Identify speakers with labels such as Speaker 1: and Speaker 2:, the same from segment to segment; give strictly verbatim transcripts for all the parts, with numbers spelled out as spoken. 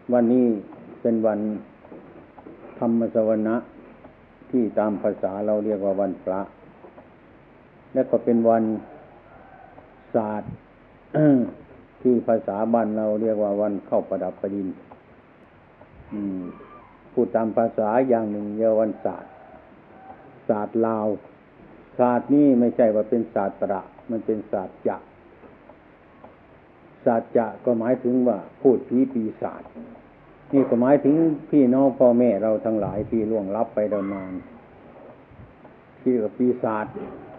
Speaker 1: วันนี้เป็นวันธรรมสวนะที่ตามภาษาเราเรียกว่าวันพระและก็เป็นวันศาสตร์ ที่ภาษาบ้านเราเรียกว่าวันเข้าประดับประดินพูดตามภาษาอย่างหนึ่งเรียกวันศาสตร์ศาสตร์ลาวศาสตร์นี้ไม่ใช่ว่าเป็นศาสตระมันเป็นศาสตร์จะศาสตร์จะก็หมายถึงว่าพูดผีปีศาจนี่ก็หมายถึงพี่น้องพ่อแม่เราทั้งหลายที่ล่วงลับไปดานานที่กับปีศาจ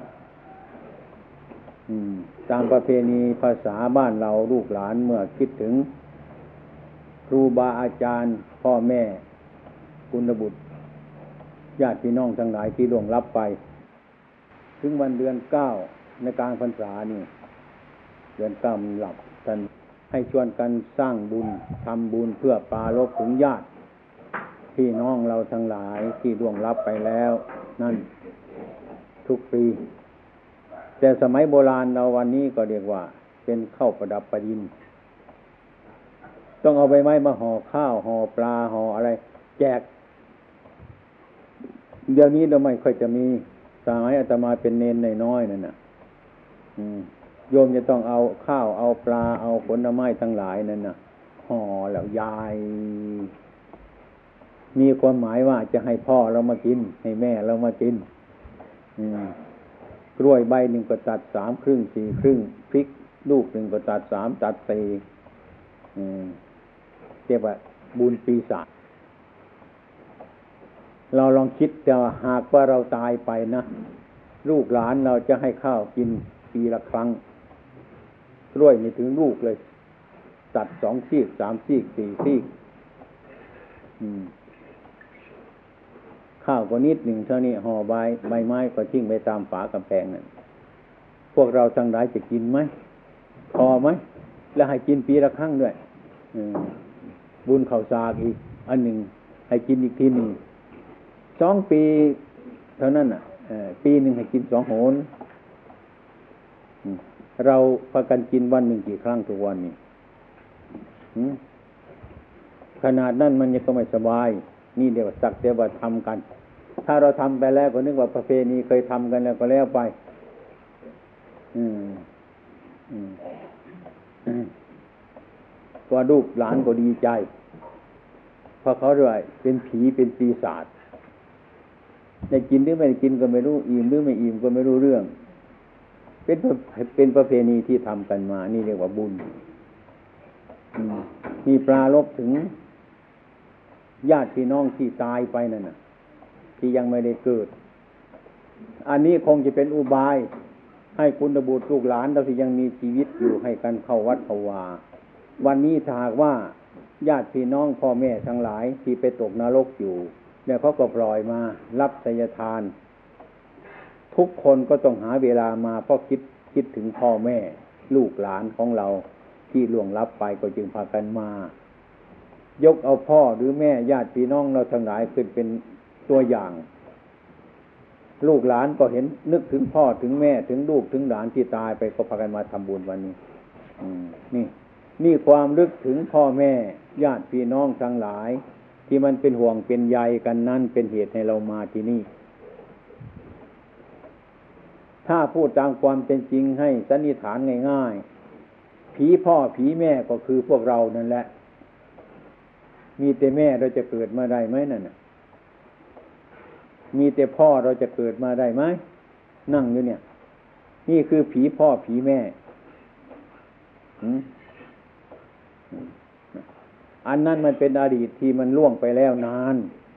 Speaker 1: ตามประเพณีภาษาบ้านเราลูกหลานเมื่อคิดถึงครูบาอาจารย์พ่อแม่กุลบุตรญาติพี่น้องทั้งหลายที่ล่วงลับไปถึงวันเดือนเก้าในกลางพรรษานี่เดือนเก้ามันหลับท่านให้ชวนกันสร้างบุญทำบุญเพื่อปรารภถึงญาติพี่น้องเราทั้งหลายที่ล่วงลับไปแล้วนั่นทุกปีแต่สมัยโบราณเราวันนี้ก็เรียกว่าเป็นข้าวประดับประดินต้องเอาใบไม้มาห่อข้าวห่อปลาห่ออะไรแจกเดี๋ยวนี้เราไม่ค่อยจะมีสมัยอาตมาเป็นเนนน้อยๆนั่นน่ะโยมจะต้องเอาข้าวเอาปลาเอาผลไม้ทั้งหลายนั่นน่ะห่อแล้วยายมีความหมายว่าจะให้พ่อเรามากินให้แม่เรามากินกล้วยใบหนึ่งก็ตัดสามครึ่งสี่ครึ่งพริกลูกหนึ่งก็ตัดสามตัดสี่เรียกว่าบุญปีศาจเราลองคิดแต่ว่าหากว่าเราตายไปนะลูกหลานเราจะให้ข้าวกินปีละครั้งกล้วยไม่ถึงลูกเลยตัดสองซีกสามซีกสี่ซีกข้าวก็นิดหนึ่งเท่านี้ห่อใบใบไม้ก็ทิ้งไปตามฝากำแพงนั่นพวกเราทั้งหลายจะกินไหมพอไหมแล้วให้กินปีละครั้งด้วยบุญข้าวสากอีกอันหนึ่งให้กินอีกทีหนึ่งสองปีเท่านั้นอ่ะปีหนึ่งให้กินสองหนเราพากันกินวันหนึ่งกี่ครั้งทุกวันนี้ขนาดนั้นมันยังก็ไม่สบายนี่เดี๋ยวสักเดี๋ยวว่าทำกันถ้าเราทำไปแล้วก็นึกว่าประเพณีเคยทำกันแล้วก็แล้วไปอืมอืมก็ลูกหลานก็ดีใจเพราะเขาด้วยเป็นผีเป็นปีศาจได้กินหรือไม่ได้กินก็ไม่รู้อิ่มหรือไม่อิ่มก็ไม่รู้เรื่องเป็นเป็นประเพณีที่ทำกันมานี่เรียกว่าบุญมีปรารภถึงญาติพี่น้องที่ตายไปนั่นน่ะที่ยังไม่ได้เกิดอันนี้คงจะเป็นอุบายให้คุณบุตรลูกหลานเราที่ยังมีชีวิตอยู่ให้กันเข้าวัดเข้าวาวันนี้ถ้าหากว่าญาติพี่น้องพ่อแม่ทั้งหลายที่ไปตกนรกอยู่เนี่ยเขาก็ปล่อยมารับไสยทานทุกคนก็ต้องหาเวลามาเพราะคิดคิดถึงพ่อแม่ลูกหลานของเราที่ล่วงลับไปก็จึงพากันมายกเอาพ่อหรือแม่ญาติพี่น้องเราทั้งหลายขึ้นเป็นตัวอย่างลูกหลานก็เห็นนึกถึงพ่อถึงแม่ถึงลูกถึงหลานที่ตายไปก็พากันมาทำบุญวันนี้นี่นี่ความนึกถึงพ่อแม่ญาติพี่น้องทั้งหลายที่มันเป็นห่วงเป็นใยกันนั่นเป็นเหตุให้เรามาที่นี่ถ้าพูดตามความเป็นจริงให้สันนิษฐานง่ายๆผีพ่อผีแม่ก็คือพวกเรานั่นแหละมีแต่แม่เราจะเกิดมาได้ไหมนั่นน่ะมีแต่พ่อเราจะเกิดมาได้ไหมนั่งอยู่เนี่ยนี่คือผีพ่อผีแม่อันนั้นมันเป็นอดีตที่มันล่วงไปแล้วนาน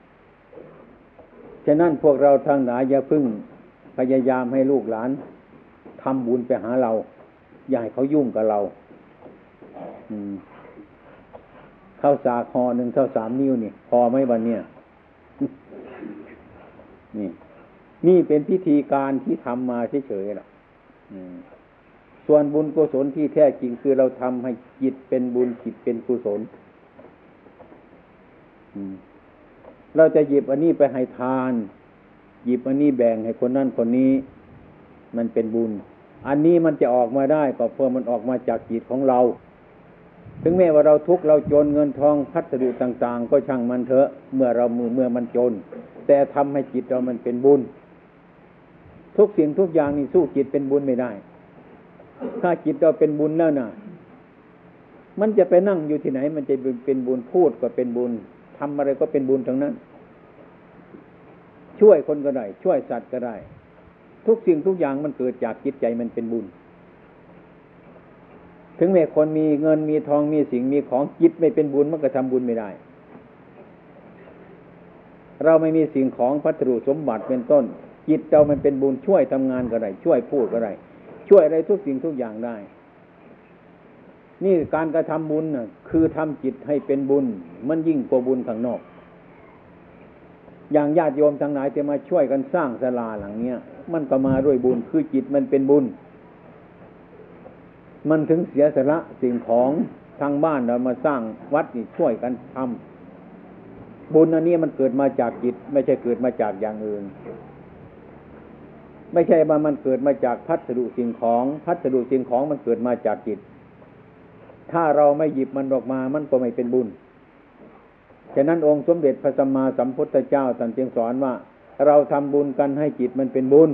Speaker 1: ฉะนั้นพวกเราทั้งหลายอย่าพึ่งพยายามให้ลูกหลานทำบุญไปหาเราอย่าให้เขายุ่งกับเราข้าวสากห่อหนึ่งเท่าสามนิ้วนี่พอไหมวันเนี้ยนี่นี่เป็นพิธีการที่ทำมาเฉยๆล่ะส่วนบุญกุศลที่แท้จริงคือเราทำให้จิตเป็นบุญจิตเป็นกุศลเราจะหยิบอันนี้ไปให้ทานหยิบอันนี้แบ่งให้คนนั้นคนนี้มันเป็นบุญอันนี้มันจะออกมาได้ก็เพราะมันออกมาจากจิตของเราถึงแม้ว่าเราทุกข์เราจนเงินทองพัสดุต่างๆก็ช่างมันเถอะเมื่อเรามือเมื่อมันจนแต่ทำให้จิตเรามันเป็นบุญทุกสิ่งทุกอย่างนี่สู้จิตเป็นบุญไม่ได้ถ้าจิตเราเป็นบุญแล้วน่ะมันจะไปนั่งอยู่ที่ไหนมันจะเป็นบุญพูดก็เป็นบุญทำอะไรก็เป็นบุญทั้งนั้นช่วยคนก็ได้ช่วยสัตว์ก็ได้ทุกสิ่งทุกอย่างมันเกิดจากจิตใจมันเป็นบุญถึงแม้คนมีเงินมีทองมีสิ่งมีของจิตไม่เป็นบุญมันก็ทำบุญไม่ได้เราไม่มีสิ่งของพัสดุสมบัติเป็นต้นจิตเรามันเป็นบุญช่วยทำงานก็ได้ช่วยพูดก็ได้ช่วยอะไรทุกสิ่งทุกอย่างได้นี่การกระทำบุญน่ะคือทำจิตให้เป็นบุญมันยิ่งกว่าบุญข้างนอกอย่างญาติโยมทั้งหลายจะมาช่วยกันสร้างศาลาหลังเนี้ยมันก็มาด้วยบุญคือจิตมันเป็นบุญมันถึงเสียสละสิ่งของทางบ้านเรามาสร้างวัดนี่ช่วยกันทำบุญอันนี้มันเกิดมาจากจิตไม่ใช่เกิดมาจากอย่างอื่นไม่ใช่ว่ามันเกิดมาจากพัสดุสิ่งของพัสดุสิ่งของมันเกิดมาจากจิตถ้าเราไม่หยิบมันออกมามันก็ไม่เป็นบุญฉะนั้นองค์สมเด็จพระสัมมาสัมพุทธเจ้าท่านจึงสอนว่าเราทำบุญกันให้จิตมันเป็นบุญ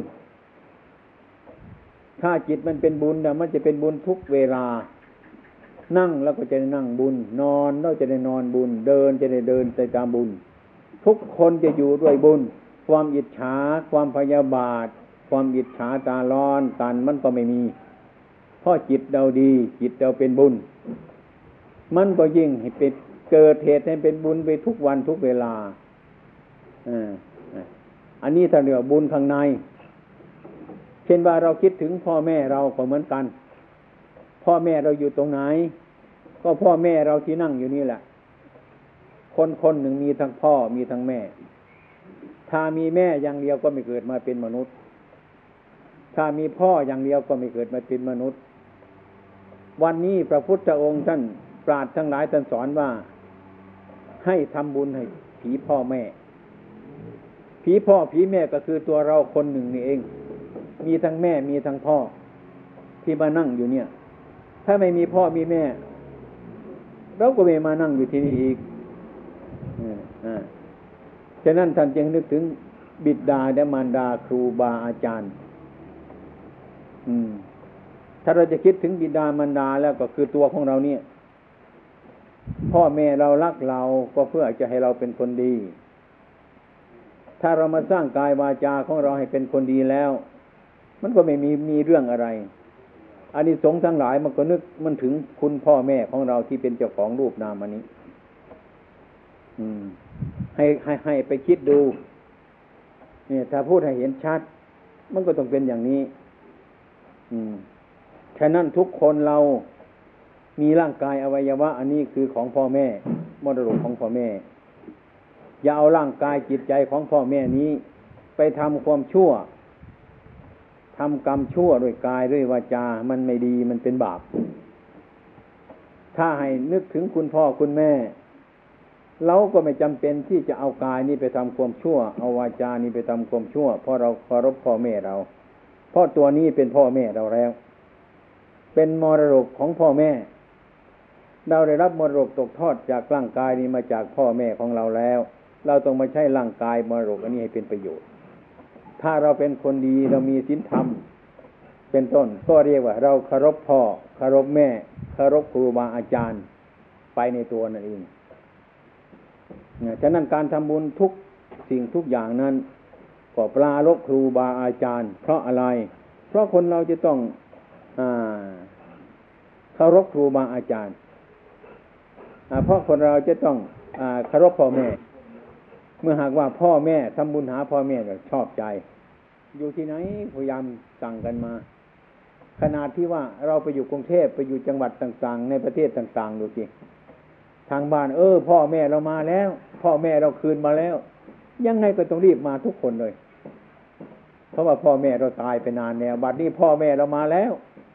Speaker 1: ถ้าจิตมันเป็นบุญนะมันจะเป็นบุญทุกเวลานั่งแล้วก็จะได้นั่งบุญนอนแล้วจะได้นอนบุญเดินจะได้เดินไปตามบุญทุกคนจะอยู่ด้วยบุญความอิจฉาความพยาบาทความอิจฉาตาร้อนกันมันก็ไม่มีเพราะจิตเราดีจิตเราเป็นบุญมันก็ยิ่งให้เป็นเกิดเหตุให้เป็นบุญไปทุกวันทุกเวลาอ่าอันนี้ถ้าเรียกว่าบุญข้างในเช่นว่าเราคิดถึงพ่อแม่เราก็เหมือนกันพ่อแม่เราอยู่ตรงไหนก็พ่อแม่เราที่นั่งอยู่นี่แหละคนคนหนึ่งมีทั้งพ่อมีทั้งแม่ถ้ามีแม่อย่างเดียวก็ไม่เกิดมาเป็นมนุษย์ถ้ามีพ่ออย่างเดียวก็ไม่เกิดมาเป็นมนุษย์วันนี้พระพุทธองค์ท่านปราชญ์ทั้งหลายท่านสอนว่าให้ทำบุญให้ผีพ่อแม่ผีพ่อผีแม่ก็คือตัวเราคนหนึ่งนี่เองมีทั้งแม่มีทั้งพ่อที่มานั่งอยู่เนี่ยถ้าไม่มีพ่อมีแม่เราก็ไม่มานั่งอยู่ที่นี่อีกอ่าฉะนั้นท่านจึงนึกถึงบิดาและมารดาครูบาอาจารย์อืมถ้าเราจะคิดถึงบิดามารดาแล้วก็คือตัวของเราเนี่ยพ่อแม่เรารักเราก็เพื่อจะให้เราเป็นคนดีถ้าเรามาสร้างกายวาจาของเราให้เป็นคนดีแล้วมันก็ไม่มีมีเรื่องอะไรอานิสงส์ทั้งหลายมันก็นึกมันถึงคุณพ่อแม่ของเราที่เป็นเจ้าของรูปนามอันนี้อืมให้ให้ให้ไปคิดดูเนี่ยถ้าพูดให้เห็นชัดมันก็ต้องเป็นอย่างนี้อืมฉะนั้นทุกคนเรามีร่างกายอวัยวะอันนี้คือของพ่อแม่มรดกของพ่อแม่อย่าเอาร่างกายจิตใจของพ่อแม่นี้ไปทำความชั่วทำกรรมชั่วด้วยกายด้วยวาจามันไม่ดีมันเป็นบาปถ้าให้นึกถึงคุณพ่อคุณแม่เราก็ไม่จำเป็นที่จะเอากายนี้ไปทำความชั่วเอาวาจานี้ไปทำความชั่วเพราะเราเคารพพ่อแม่เราเพราะตัวนี้เป็นพ่อแม่เราแล้วเป็นมรดกของพ่อแม่เราได้รับมรดกตกทอดจากร่างกายนี้มาจากพ่อแม่ของเราแล้วเราต้องมาใช้ร่างกายมรดกอันนี้ให้เป็นประโยชน์ถ้าเราเป็นคนดีเรามีศีลธรรมเป็นต้นก็เรียกว่าเราเคารพพ่อเคารพแม่เคารพครูบาอาจารย์ไปในตัวนั่นเองฉะนั้นการทำบุญทุกสิ่งทุกอย่างนั้นก็ปรารภครูบาอาจารย์เพราะอะไรเพราะคนเราจะต้องอ่าเคารพครูบาอาจารย์เพราะคนเราจะต้องอ่าเคารพพ่อแม่เมื่อหากว่าพ่อแม่ทำบุญหาพ่อแม่ก็ชอบใจอยู่ที่ไหนพยายามสั่งกันมาขนาดที่ว่าเราไปอยู่กรุงเทพไปอยู่จังหวัดต่างๆในประเทศต่างๆดูสิทางบ้านเออพ่อแม่เรามาแล้วพ่อแม่เราคืนมาแล้วยังไงก็ต้องรีบมาทุกคนเลยเพราะว่าพ่อแม่เราตายไปนานแล้วบัดนี้พ่อแม่เรามาแล้ว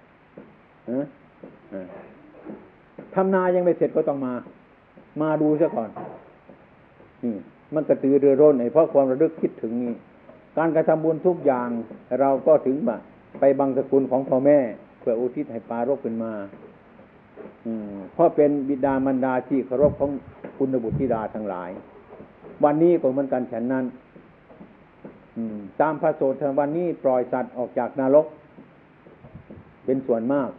Speaker 1: ทำนายังไม่เสร็จก็ต้องมามาดูซะก่อนนี่มันกระตือรือร้นเพราะความระลึกคิดถึงนี่การกระทำบุญทุกอย่างเราก็ถึงแบบไปบังสกุลของพ่อแม่เพื่ออุทิศให้ปารภขึ้นมาอืมเพราะเป็นบิดามารดาที่เคารพของคุณบุตรธิดาทั้งหลายวันนี้ก็เหมือนกันฉันนั้นตามพระโสดวันนี้ปล่อยสัตว์ออกจากนรกเป็นส่วนมาก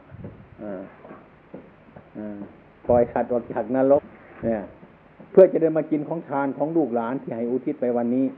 Speaker 1: ปล่อยสัตว์ออกจากนรกเนี่ยเพื่อจะได้มากินของทานของลูกหลานที่ให้อุทิศไปวันนี้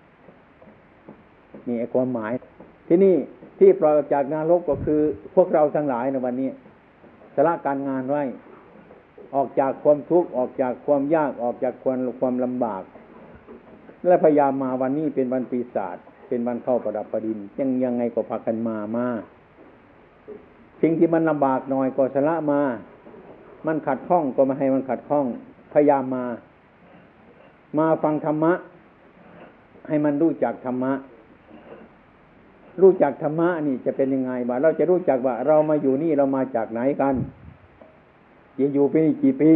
Speaker 1: นี่ความหมายที่นี่ที่ปล่อยออกจากนรกก็คือพวกเราทั้งหลายในวันนี้สละการงานไว้ออกจากความทุกข์ออกจากความยากออกจากความความลำบากและพยายามมาวันนี้เป็นวันปีศาจเป็นวันเข้าประดับประดินยังยังไงก็พากันมามาสิ่งที่มันลำบากหน่อยก็สละมามันขัดข้องก็ไม่ให้มันขัดข้องพยายามมามาฟังธรรมะให้มันรู้จักธรรมะรู้จักธรรมะนี่จะเป็นยังไงบ้างเราจะรู้จักว่าเรามาอยู่นี่เรามาจากไหนกันจะอยู่ไปนี่กี่ปี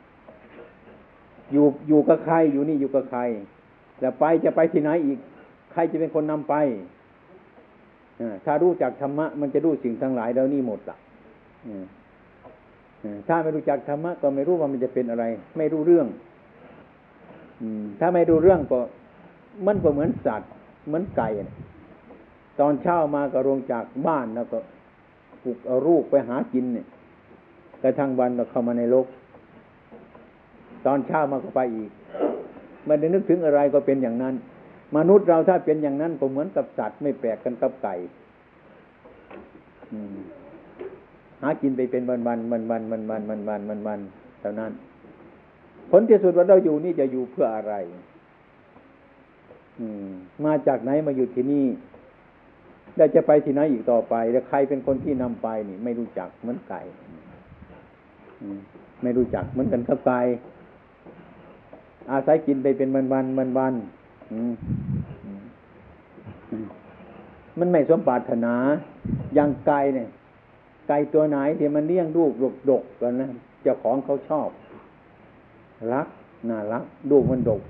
Speaker 1: อยู่อยู่กับใครอยู่นี่อยู่กับใครแล้วไปจะไปที่ไหนอีกใครจะเป็นคนนำไปถ้ารู้จักธรรมะมันจะรู้สิ่งทั้งหลายแล้วนี่หมดล่ะถ้าไม่รู้จักธรรมะก็ไม่รู้ว่ามันจะเป็นอะไรไม่รู้เรื่องถ้าไม่รู้เรื่องก็มันก็เหมือนสัตว์เหมือนไก่ตอนเช้ามาก็ลงจากบ้านแล้วก็ปลุกเอาลูกไปหากินเนี่ยกระทั่งวันเราเข้ามาในโลกตอนเช้ามาก็ไปอีกไม่ได้นึกถึงอะไรก็เป็นอย่างนั้นมนุษย์เราถ้าเป็นอย่างนั้นก็เหมือนกับสัตว์ไม่แปลกกันกับไก่หากินไปเป็นวันวันวันวันวันวันวันวันวันวันเท่านั้นผลที่สุดว่าเราอยู่นี่จะอยู่เพื่ออะไรมาจากไหนมาอยู่ที่นี่แล้วจะไปที่ไหนอีกต่อไปแล้วใครเป็นคนที่นำไปนี่ไม่รู้จักเหมือนไก่ไม่รู้จักเหมือนกันกับไก่อาศัยกินไปเป็นวันวันวันวันมันไม่สมปรารถนาอย่างไก่เนี่ยไก่ตัวไหนที่มันเลี้ยงลูกดกๆกันนะเจ้าของเขาชอบรักน่ารักลูกมันดก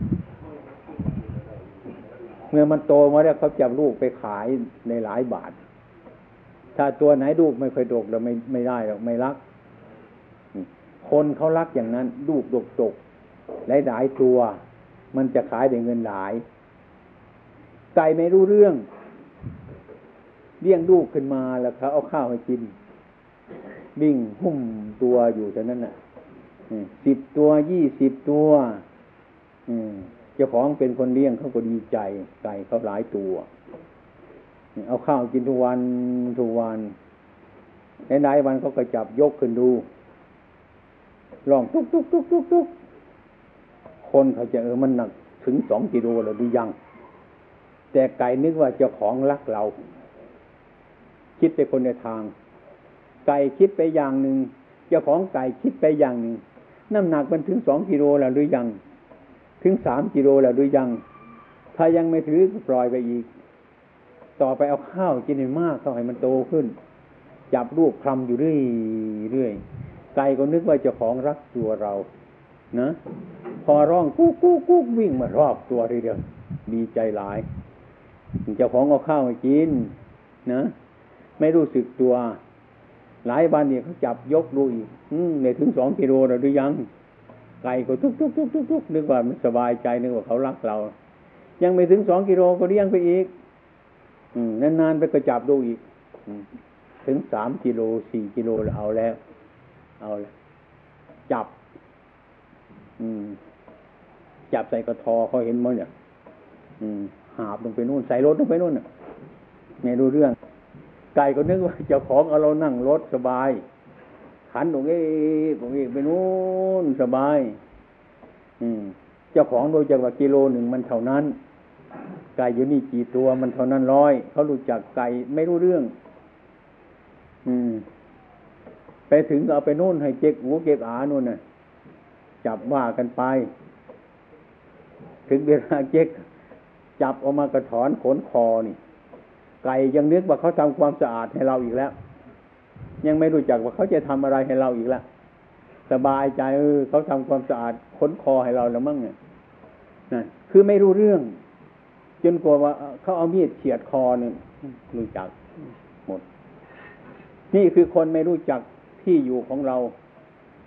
Speaker 1: เมื่อมันโตมาแล้วเขาจับลูกไปขายในหลายบาทถ้าตัวไหนลูกไม่ค่อยดกเราไม่ไม่ได้หรอกไม่รักคนเขารักอย่างนั้นลูกดกๆหลายๆตัวมันจะขายได้เงินหลายไก่ไม่รู้เรื่องเลี้ยงลูกขึ้นมาแล้วเขาเอาข้าวให้กินวิ่งหุ้มตัวอยู่แต่นั้นน่ะสิบตัวยี่สิบตัวเจ้าของเป็นคนเลี้ยงเขาก็ดีใจไก่เขาหลายตัวเอาข้าวกินทุกวันทุกวันหลายๆวันเขาก็จับยกขึ้นดูลองตุ๊กตุ๊กตุ๊กตุ๊กตุ๊กคนเขาจะเออมันหนักถึงสองกิโลแล้วดูยังแต่ไก่นึกว่าเจ้าของรักเราคิดไปคนในทางไก่คิดไปอย่างหนึ่งเจ้าของไก่คิดไปอย่างหนึ่งน้ำหนักมันถึงสองกิโลแล้วหรือยังถึงสามกิโลแล้วหรือยังถ้ายังไม่ถือก็ปล่อยไปอีกต่อไปเอาข้าวกินให้มากเข้าให้มันโตขึ้นจับลูกคลำอยู่เรื่อยเรื่อยไก่ก็นึกว่าเจ้าของรักตัวเรานะพอร้องกุ๊กกุ๊กกุ๊กวิ่งมารอบตัวทีเดียวดีใจหลายเจ้าของเอาข้าวให้กินนะไม่รู้สึกตัวหลายวันเนี่ยเขาจับยกดูอีกอืมเนี่ยถึงสองกิโลแล้วหรือยังไก่ก็ทุกทุกทุกทุกทุกนึกว่ามันสบายใจนึกว่าเขารักเรายังไม่ถึงสองกิโลก็เลี้ยงไปอีกอืมนานๆไปก็จับดูอีกถึงสามกิโลสี่กิโลแล้วเอาแล้วเอาแล้วจับอืมจับใส่กระทอเขาเห็นมั้ยเนี่ยอืมหาบลงไปนู่นใส่รถลงไปนู่นน่ะไม่รู้เรื่องไก่ก็นึกว่าเจ้าของเอาเรานั่งรถสบายขันตรงนี้ตรงนี้ไปนู่นสบายอืมเจ้าของโดยจากว่ากิโลหนึ่งมันเท่านั้นไก่อยู่นี่กี่ตัวมันเท่านั้นร้อยเขารู้จักไก่ไม่รู้เรื่องอืมไปถึงก็เอาไปนู่นให้เจ๊กหูเจ๊กอานู่นน่ะจับว่ากันไปถึงเวลาเจ๊กจับออกมากระถอนขนคอนี่ไก่ยังนึกว่าเขาทำความสะอาดให้เราอีกแล้วยังไม่รู้จักว่าเขาจะทำอะไรให้เราอีกแล้วสบายใจเออเขาทำความสะอาดขนคอให้เราแล้วมั้งเนี่ยนั่นคือไม่รู้เรื่องจนกลัวว่าเขาเอามีดเฉียดคอเนี่ยรู้จักหมดนี่คือคนไม่รู้จักที่อยู่ของเรา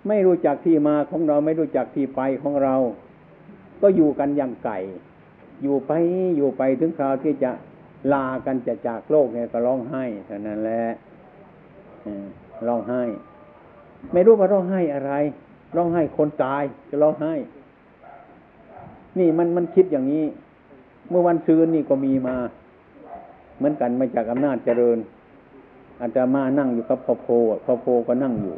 Speaker 1: ไม่รู้จักที่มาของเราไม่รู้จักที่ไปของเราก็อยู่กันอย่างไก่อยู่ไปอยู่ไปถึงคราวที่จะลากันจะจากโลกเนี่ยก็ร้องไห้เท่านั้นแหละร้องไห้ไม่รู้ว่าร้องไห้อะไรร้องไห้คนตายจะร้องไห้นี่มันมันคิดอย่างนี้เมื่อวันซืนนี่ก็มีมาเหมือนกันมาจากอำนาจเจริญอาจจะมานั่งอยู่กับพ่อโพพ่อโพก็นั่งอยู่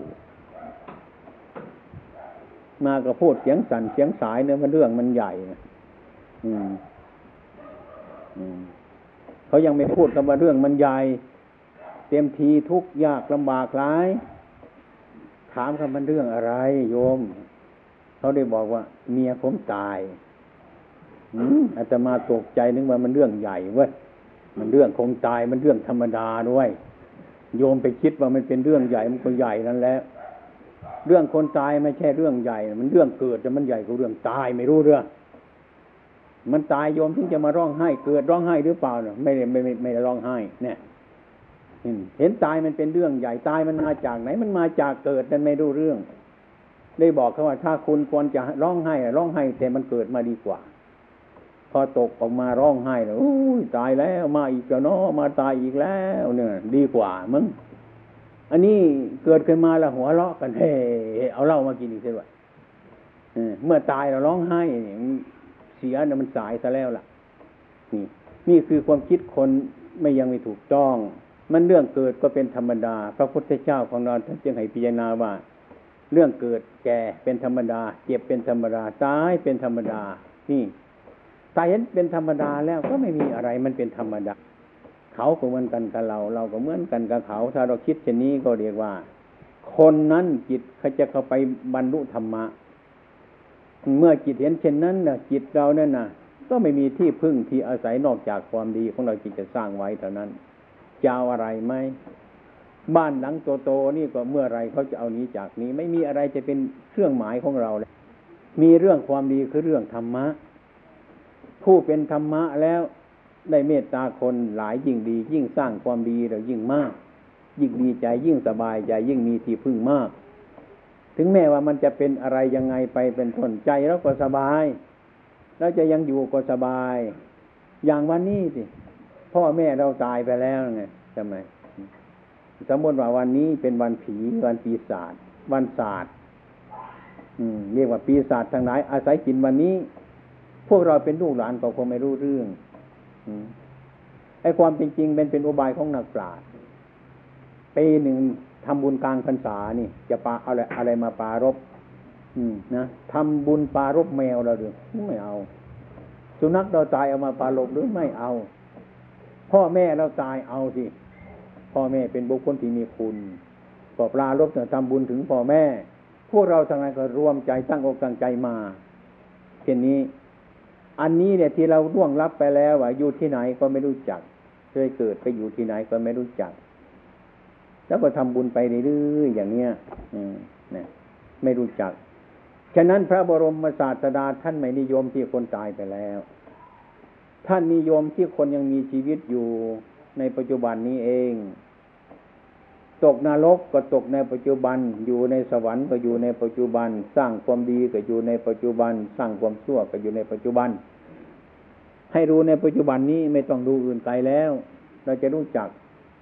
Speaker 1: มาก็พูดเสียงสั่นเสียงสายเนี่ยมันเรื่องมันใหญ่นะอืมอืมเขายังไม่พูดกันว่าเรื่องมันใหญ่เต็มทีทุกข์ยากลำบากหลายถามกันมันเรื่องอะไรโยมเขาได้บอกว่าเมียผมตายอืมอาตมาตกใจนึกว่ามันเรื่องใหญ่เว้ยมันเรื่องคงตายมันเรื่องธรรมดาด้วยโยมไปคิดว่ามันเป็นเรื่องใหญ่มันก็ใหญ่นั่นแหละเรื่องคนตายไม่ใช่เรื่องใหญ่มันเรื่องเกิดแต่มันใหญ่กว่าเรื่องตายไม่รู้เรื่องมันตายโยมถึงจะมาร้องไห้เกิดร้องไห้หรือเปล่าเนี่ยไม่ได้ไม่ไม่ไม่ได้ร้องไห้เนี่ยเห็นตายมันเป็นเรื่องใหญ่ตายมันมาจากไหนมันมาจากเกิดนั่นไม่รู้เรื่องได้บอกเขาว่าถ้าคุณควรจะร้องไห้ร้องไห้แต่มันเกิดมาดีกว่าพอตกออกมาร้องไห้แล้วอุ้ยตายแล้วมาอีกแล้วเนาะมาตายอีกแล้วเนี่ยดีกว่ามึงอันนี้เกิดขึ้นมาแล้วหัวเราะกันเฮ้เอาเหล้ามากินอีกใช่ไหมเมื่อตายเราร้องไห้เสียเนี่ยมันสายซะแล้วล่ะนี่นี่คือความคิดคนไม่ยังไม่ถูกต้องมันเรื่องเกิดก็เป็นธรรมดาพระพุทธเจ้าของเราท่านจึงให้พิจารณาว่าเรื่องเกิดแก่เป็นธรรมดาเจ็บเป็นธรรมดาตายเป็นธรรมดานี่ถ้าเห็นเป็นธรรมดาแล้วก็ไม่มีอะไรมันเป็นธรรมดาเขาก็เหมือนกันกับเราเราก็เหมือนกันกับเขาถ้าเราคิดเช่นนี้ก็เรียกว่าคนนั้นจิตเขาจะเข้าไปบรรลุธรรมะเมื่อจิตเห็นเช่นนั้นน่ะจิตเรานั่นน่ะก็ไม่มีที่พึ่งที่อาศัยนอกจากความดีของเราจิตจะสร้างไว้เท่านั้นจะเอาอะไรไหมบ้านหลังโตๆนี่ก็เมื่อไรเขาจะเอานี้จากนี้ไม่มีอะไรจะเป็นเครื่องหมายของเราเลยมีเรื่องความดีคือเรื่องธรรมะผู้เป็นธรรมะแล้วได้เมตตาคนหลายยิ่งดียิ่งสร้างความดีเรายิ่งมากยิ่งดีใจยิ่งสบายใจยิ่งมีที่พึ่งมากถึงแม้ว่ามันจะเป็นอะไรยังไงไปเป็นต้นใจแล้วก็สบายแล้วจะยังอยู่ก็สบายอย่างวันนี้สิพ่อแม่เราตายไปแล้วไงทำไมสมมติว่าวันนี้เป็นวันผีวันปีศาจวันศาสตร์เรียกว่าปีศาจทั้งหลายอาศัยกินวันนี้พวกเราเป็นลูกหลานก็คงไม่รู้เรื่องไอ้ความเป็นจริงเป็นเป็นอุบายของนักปราชญ์ปีหนึ่งทำบุญกลางพรรษานี่จะปาอะไรอะไรมาปารบนะทำบุญปารบแมวเราหรือไม่เอาสุนัขเราตายเอามาปารบหรือไม่เอาพ่อแม่เราตายเอาสิพ่อแม่เป็นบุคคลที่มีคุณก็ปรารบเนี่ยทำบุญถึงพ่อแม่พวกเราทั้งนั้นก็รวมใจตั้งอกตั้งใจมาเช่นนี้อันนี้เนี่ยที่เราล่วงลับไปแล้วว่าอยู่ที่ไหนก็ไม่รู้จักเคยเกิดไปอยู่ที่ไหนก็ไม่รู้จักแล้วก็ทำบุญไปเรื่อยๆอย่างเนี้ยอืมนะไม่รู้จักฉะนั้นพระบรมศาสดาท่านไม่นิยมที่คนตายไปแล้วท่านนิยมที่คนยังมีชีวิตอยู่ในปัจจุบันนี้เองตกนรกก็ตกในปัจจุบันอยู่ในสวรรค์ก็อยู่ในปัจจุบันสร้างความดีก็อยู่ในปัจจุบันสร้างความชั่วก็อยู่ในปัจจุบันให้รู้ในปัจจุบันนี้ไม่ต้องดูอื่นไกลแล้วเราจะรู้จัก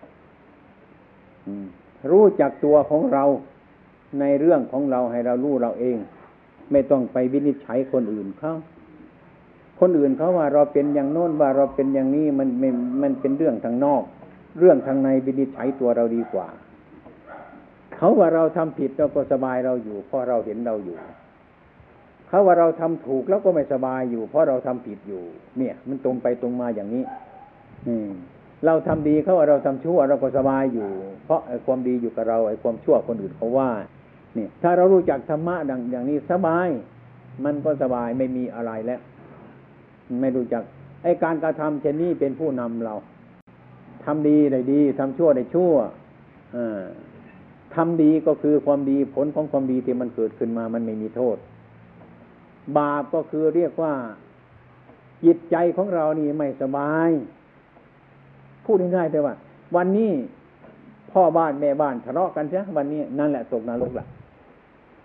Speaker 1: รู้จักตัวของเราในเรื่องของเราให้เรารู้เราเองไม่ต้องไปวินิจฉัยคนอื่นเขาคนอื่นเขาว่าเราเป็นอย่างโน้นว่าเราเป็นอย่างนี้มันมันมันเป็นเรื่องทางนอกเรื่องทางในวินิจฉัยตัวเราดีกว่าเขาว่าเราทำผิดเราก็สบายเราอยู่เพราะเราเห็นเราอยู่เขาว่าเราทำถูกแล้วก็ไม่สบายอยู่เพราะเราทำผิดอยู่เนี่ยมันตรงไปตรงมาอย่างนี้อืมเราทำดีเขาว่าเราทำชั่วเราก็สบายอยู่เพราะไอ้ความดีอยู่กับเราไอ้ความชั่วคนอื่นเขาว่านี่ถ้าเรารู้จักธรรมะดังอย่างนี้สบายมันก็สบายไม่มีอะไรแล้วไม่รู้จักไอ้การกระทำเช่นนี้เป็นผู้นำเราทำดีได้ดีทำชั่วได้ชั่วอ่าทำดีก็คือความดีผลของความดีที่มันเกิดขึ้นมามันไม่มีโทษบาปก็คือเรียกว่าจิตใจของเรานี่ไม่สบายพูดง่ายๆแต่ว่าวันนี้พ่อบ้านแม่บ้านทะเลาะกันใช่วันนี้นั่นแหละตกนรกละ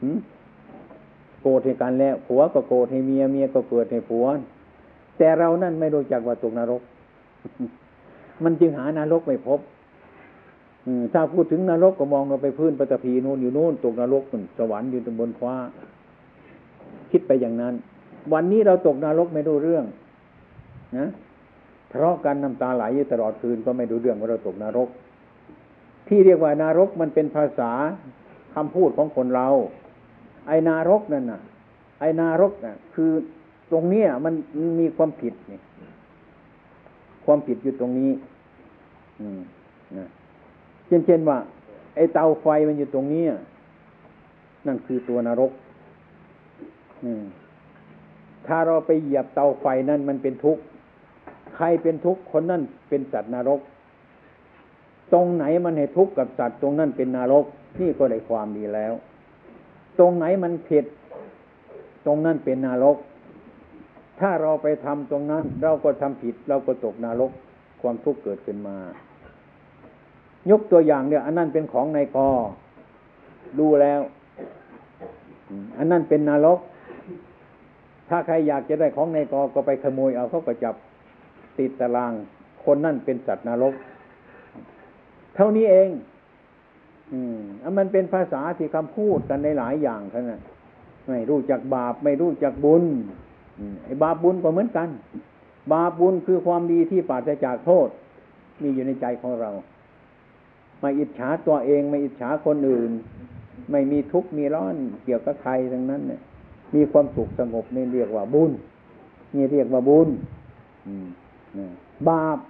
Speaker 1: โกรธให้กันแล้วผัวก็โกรธให้เมียเมียก็โกรธให้ผัวแต่เรานั่นไม่รู้จักว่าตกนรก มันจึงหานรกไม่พบถ้าพูดถึงนรกก็มองเราไปพื้นปฐพีโน่นอยู่โน่นตกนรกสวรรค์อยู่ตรงบนฟ้าคิดไปอย่างนั้นวันนี้เราตกนรกไม่รู้เรื่องนะเพราะการน้ำตาไหลอยู่ตลอดคืนก็ไม่รู้เรื่องว่าเราตกนรกที่เรียกว่านรกมันเป็นภาษาคำพูดของคนเราไอ้นรกนั่นน่ะไอ้นรกน่ะคือตรงเนี้ยมันมีความผิดนี่ความผิดอยู่ตรงนี้อืมนะเช่นเช่นว่าไอ้เตาไฟมันอยู่ตรงนี้นั่นคือตัวนรกอืมถ้าเราไปเหยียบเตาไฟนั่นมันเป็นทุกข์ใครเป็นทุกข์คนนั้นเป็นสัตว์นรกตรงไหนมันให้ทุกข์กับสัตว์ตรงนั้นเป็นนรกนี่ก็ได้ความดีแล้วตรงไหนมันผิดตรงนั้นเป็นนรกถ้าเราไปทำตรงนั้นเราก็ทำผิดเราก็ตกนรกความทุกข์เกิดขึ้นมายกตัวอย่างเนี่ยอันนั้นเป็นของนายกดูแล้วอันนั้นเป็นนรกถ้าใครอยากจะได้ของนายกก็ไปขโมยเอาเขาก็จับติดตารางคนนั่นเป็นสัตว์นรกเท่านี้เองอืมอันมันเป็นภาษาที่คำพูดกันในหลายอย่างเท่านั้นไม่รู้จักบาปไม่รู้จักบุญไอ้บาปบุญก็เหมือนกันบาปบุญคือความดีที่ปราศจากโทษมีอยู่ในใจของเราไม่อิจฉาตัวเองไม่อิจฉาคนอื่นไม่มีทุกข์มีร้อนเกี่ยวกับใครทั้งนั้นเนี่ยมีความสุขสงบนี่เรียกว่าบุญนี่เรียกว่าบุญบาป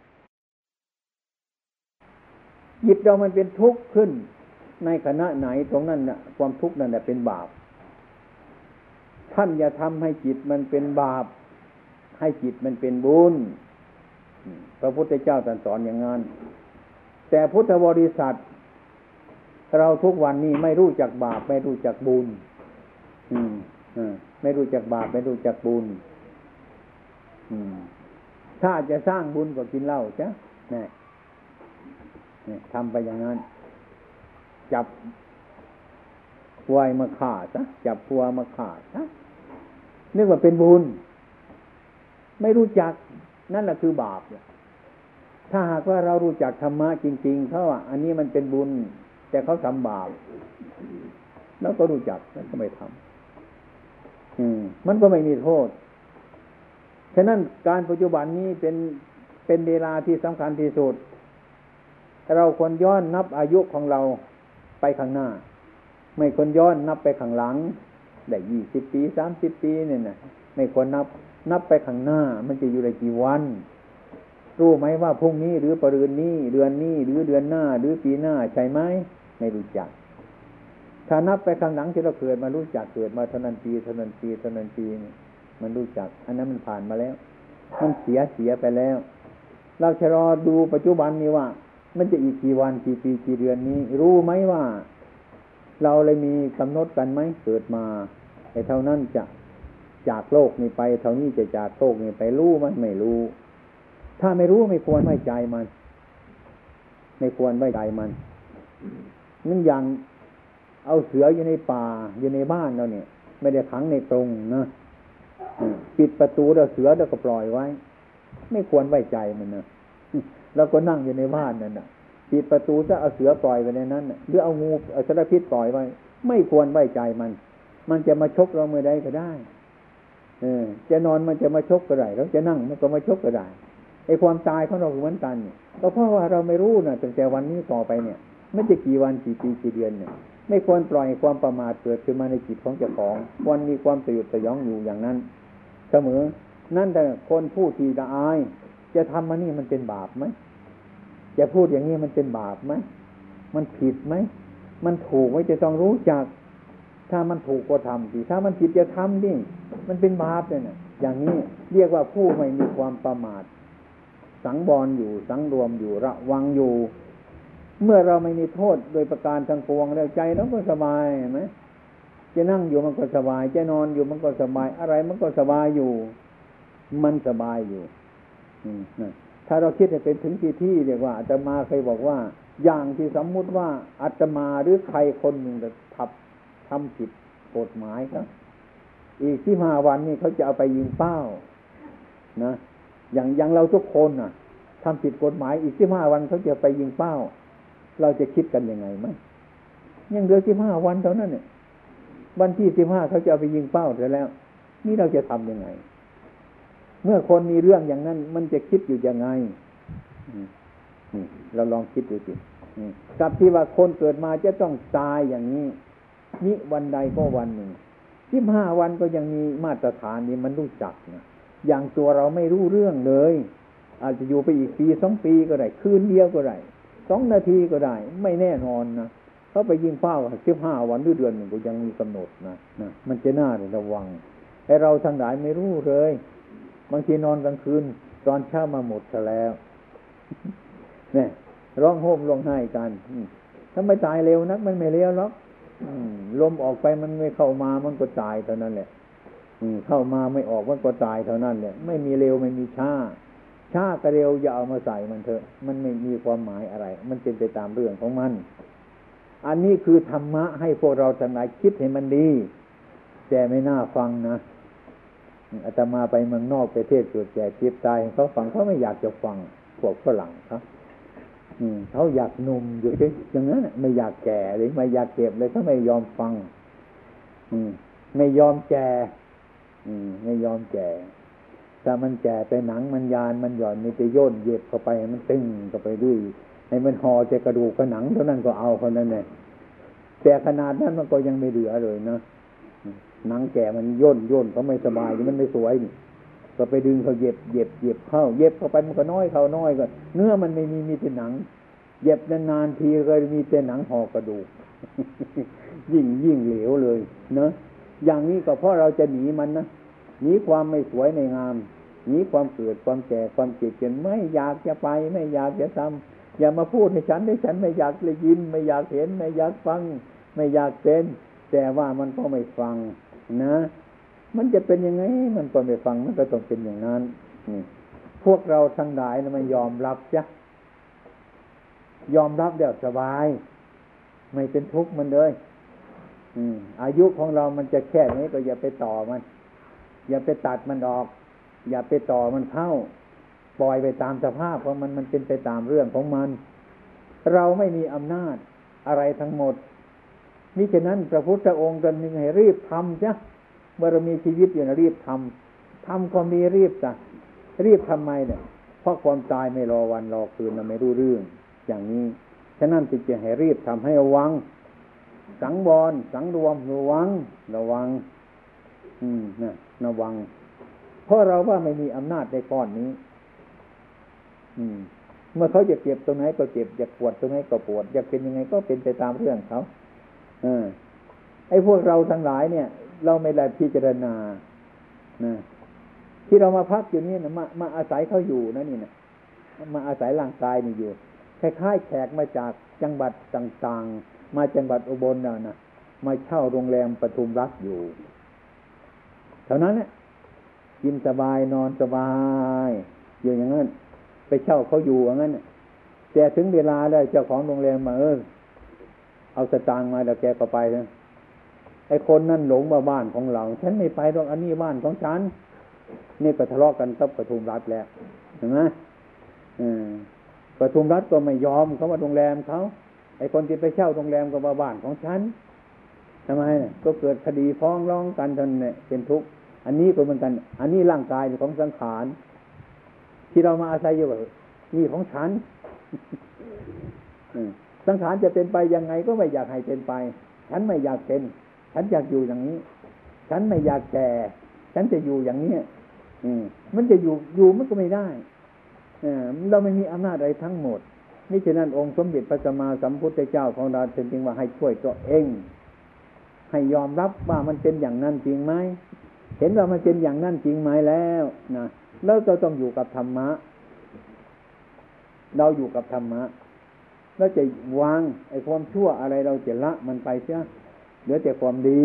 Speaker 1: จิตเรามันเป็นทุกข์ขึ้นในขณะไหนตรงนั้นน่ะความทุกข์นั่นแหละเป็นบาปท่านอย่าทำให้จิตมันเป็นบาปให้จิตมันเป็นบุญพระพุทธเจ้าตรัสสอนอย่างนั้นแต่พุทธบริษัทเราทุกวันนี้ไม่รู้จักบาปไม่รู้จักบุญอืมอ่าไม่รู้จักบาปไม่รู้จักบุญอืมถ้าจะสร้างบุญก็กินเหล้าจ้ะนี่นี่ทำไปอย่างนั้นจับควายมาฆ่าซะจับวัวมาฆ่าซะนึกว่าเป็นบุญไม่รู้จักนั่นแหละคือบาปถ้าหากว่าเรารู้จักธรรมะจริงๆเขาอ่ะอันนี้มันเป็นบุญแต่เขาทำบาปแล้วก็รู้จักแล้วก็ไม่ทำอืมมันก็ไม่มีโทษฉะนั้นการปัจจุบันนี้เป็นเป็นเวลาที่สำคัญที่สุดเราควรย้อนนับอายุของเราไปข้างหน้าไม่ควรย้อนนับไปข้างหลังได้ยี่สิบปีสามสิบปีเนี่ยนะไม่ควรนับนับไปข้างหน้ามันจะอยู่ได้กี่วันรู้ไหมว่าพรุ่งนี้หรือปรืนนี้เดือนนี้หรือเดือนหน้าหรือปีหน้าใช่ไหมไม่รู้จักถ้านับไปข้างหลังที่เราเกิดมารู้จักเกิดมาเท่านั้นปีเท่านั้นปีเท่านั้นปีนี่มันรู้จักอันนั้นมันผ่านมาแล้วมันเสียเสียไปแล้วเราจะรอดูปัจจุบันนี้ว่ามันจะอีกกี่วันกี่ปีกี่เดือนนี้รู้ไหมว่าเราเลยมีกำหนดกันไหมเกิดมาไอ้เท่านั้นจะจากโลกนี้ไปเท่านี้จะจากโลกนี้ไปรู้ไหมไม่รู้ถ้าไม่รู้ไม่ควรไว้ใจมันไม่ควรไว้ใจมันนั่นอย่างเอาเสืออยู่ในป่าอยู่ในบ้านเราเนี่ยไม่ได้ขังในกรงนะปิดประตูแล้วเสือแล้วก็ปล่อยไว้ไม่ควรไว้ใจมันนะเราก็นั่งอยู่ในบ้านนั่นน่ะปิดประตูจะเอาเสือปล่อยไว้ในนั้นหรือเอางูเอาสารพิษปล่อยไว้ไม่ควรไว้ใจมันมันจะมาชกเราเมื่อใดก็ได้เออจะนอนมันจะมาชกก็ได้แล้วจะนั่งมันก็มาชกก็ได้ไอ้ความตายของเราเหมือนกันก็เพราะว่าเราไม่รู้นะตั้งแต่วันนี้ต่อไปเนี่ยไม่จะกี่วันกี่ปีกี่เดือนเนี่ยไม่ควรปล่อยความประมาทเกิดขึ้นมาในจิตของเจ้าของวันมีความสยดสยองอยู่อย่างนั้นเสมอนั่นแต่คนผู้ที่ละอายจะทำมานี่มันเป็นบาปไหมจะพูดอย่างนี้มันเป็นบาปไหมมันผิดไหมมันถูกไหมจะต้องรู้จักถ้ามันถูกก็ทำสิถ้ามันผิดจะทำดิมันเป็นบาปเนี่ยอย่างนี้เรียกว่าผู้ไม่มีความประมาทสังวรอยู่สังรวมอยู่ระวังอยู่เมื่อเราไม่มีโทษโดยประการทั้งปวงแล้วใจเราก็สบายเห็นไหมจะนั่งอยู่มันก็สบายจะนอนอยู่มันก็สบายอะไรมันก็สบายอยู่มันสบายอยู่ถ้าเราคิดให้เป็นถึงที่ที่เรียกว่าอาตมาเคยบอกว่าอย่างที่สมมุติว่าอาตมาหรือใครคนหนึ่งทับทำผิดกฎหมายครับอีกสิบห้าวันนี่เขาจะเอาไปยิงเป้านะอย่างอย่างเราทุกคนน่ะทำผิดกฎหมายอีกสิบห้าวันเขาจะไปยิงเป้าเราจะคิดกันยังไงไหมยังเหลือสิบห้าวันเท่านั้นเนี่ยวันที่สิบห้าเขาจะเอาไปยิงเป้าเสร็จแล้วนี่เราจะทำยังไงเมื่อคนมีเรื่องอย่างนั้นมันจะคิดอยู่ยังไงเราลองคิดดูสิกับที่ว่าคนเกิดมาจะต้องตายอย่างนี้นี่วันใดก็วันหนึ่งสิบห้าวันก็ยังมีมาตรฐานนี้มันรู้จักนะอย่างตัวเราไม่รู้เรื่องเลยอาจจะอยู่ไปอีกปีสองปีก็ได้คืนเดียวก็ได้สองนาทีก็ได้ไม่แน่นอนนะเขาไปยิงเป้าสิบห้าวันหรือเดือนหนึ่งก็ยังมีกำหนดนะนะมันจะน่าระวังไอ้เราทั้งหลายไม่รู้เลยบางทีนอนกลางคืนตอนเช้ามาหมดซะแล้วเนี่ยร้องโห่มร้องไห้กันถ้าไม่ตายเร็วนักมันไม่เร็วหรอกลมออกไปมันไม่เข้ามามันก็ตายเท่านั้นแหละเข้ามาไม่ออกมันก็ตายเท่านั้นแหละไม่มีเร็วไม่มีช้าช้ากับเร็วอย่าเอามาใส่มันเถอะมันไม่มีความหมายอะไรมันเป็นไปตามเรื่องของมันอันนี้คือธรรมะให้พวกเราทั้งหลายคิดให้มันดีแต่ไม่น่าฟังนะอาตมาไปเมืองนอกประเทศเกิดแก่เจ็บตายเขาฟังเขาไม่อยากจะฟังพวกฝรั่งครับเขาอยากหนุ่มอยู่อย่างนั้นไม่อยากแก่หรือไม่อยากเก็บเลยเขาไม่ยอมฟังไม่ยอมแก่ไม่ยอมแก่ถ้ามันแก่ไปหนังมันยานมันหย่อนมันจะย่นเย็บเข้าไปมันตึงเข้าไปด้วยให้มันห่อจะกระดูกกระหนังเท่านั้นก็เอาคนนั้นเลยแต่ขนาดนั้นมันก็ยังไม่เหลือเลยนะหนังแก่มันย่นย่นเขาไม่สบายมันไม่สวยนี่ก็ไปดึงเขาเย็บเย็บเย็บเข้าเย็บเข้าไปมันก็น้อยเข้าน้อยก็เนื้อมันไม่มีมีแต่หนังเย็บนานๆทีก็มีแต่หนังห่อกระดูกยิ่งยิ่งเหลวเลยเนอะอย่างนี้ก็เพราะเราจะหนีมันนะหนีความไม่สวยในงามหนีความเกิดความแก่ความเจ็บจนไม่อยากจะไปไม่อยากจะทำอย่ามาพูดให้ฉันให้ฉันไม่อยากได้ยินไม่อยากเห็นไม่อยากฟังไม่อยากเป็นแต่ว่ามันก็ไม่ฟังนะมันจะเป็นยังไงมันก็ไม่ฟังมันก็ต้องเป็นอย่างนั้นพวกเราทั้งหลายนะมันยอมรับจ้ะยอมรับเดี๋ยวสบายไม่เป็นทุกข์มันเลยอายุของเรามันจะแค่นี้ก็อย่าไปต่อมันอย่าไปตัดมันออกอย่าไปต่อมันเข้าปล่อยไปตามสภาพของมันมันเป็นไปตามเรื่องของมันเราไม่มีอำนาจอะไรทั้งหมดมิฉะนั้นพระพุทธองค์ตรัสให้รีบทำจ้ะเมื่อเรามีชีวิตอยู่นะรีบทำทำความดีรีบจ้ะรีบทำไมเนี่ยเพราะความตายไม่รอวันรอคืนเราไม่รู้เรื่องอย่างนี้ฉะนั้นจึงจะให้รีบทำให้ระวังสังวรสังรวมระวังระวังอืมนะระวังเพราะเราว่าไม่มีอำนาจในก้อนนี้อืมเมื่อเขาจะเจ็บตรงไหนก็เจ็บอยากปวดตรงไหนก็ปวดอยากเป็นยังไงก็เป็นไปตามเรื่องเขาเออไอ้พวกเราทั้งหลายเนี่ยเราไม่ได้พิจารณานะที่เรามาพักอยู่นี่นะมามาอาศัยเขาอยู่นะนี่นะมาอาศัยร่างกายนี่อยู่คล้ายๆแขกมาจากจังหวัดต่างๆมาจังหวัดอุบลน่ะนะมาเช่าโรงแรมปทุมรัฐอยู่เท่านั้นแหละกินสบายนอนสบายอยู่อย่างนั้นไปเช่าเขาอยู่อย่างนั้นแต่ถึงเวลาแล้วเจ้าของโรงแรมมาเออเอาสตางค์มาแล้วแกก็ไปนะไอ้คนนั่นหลงมาบ้านของเราฉันไม่ไปหรอกอันนี้บ้านของฉันนี่ก็ทะเลาะกันกับปทุมรัฐแล้วเห็นไหมอืมปทุมรัฐก็ไม่ยอมเขาว่าโรงแรมเขาไอ้คนที่ไปเช่าโรงแรมก็มาบ้านของฉันทำไมเนี่ยก็เกิดคดีฟ้องร้องกันจนเนี่ยเป็นทุกข์อันนี้ก็เหมือนกันอันนี้ร่างกายของสังขารที่เรามาอาศัยอยู่นี่ของฉันสังขารจะเป็นไปยังไงก็ไม่อยากให้เป็นไปฉันไม่อยากเป็นฉันอยากอยู่อย่างนี้ฉันไม่อยากแก่ฉันจะอยู่อย่างนี้มันจะอยู่อยู่มันก็ไม่ได้เราไม่มีอำนาจอะไรทั้งหมดมิฉะนั้นองค์สมเด็จพระสัมมาสัมพุทธเจ้าของเราจึงว่าให้ช่วยตัวเองให้ยอมรับว่ามันเป็นอย่างนั้นจริงไหมเห็นว่ามันเป็นอย่างนั้นจริงไหมแล้วนะแล้วเราต้องอยู่กับธรรมะเราอยู่กับธรรมะเราจะวางไอ้ความชั่วอะไรเราจะละมันไปเสียเหลือแต่ความดี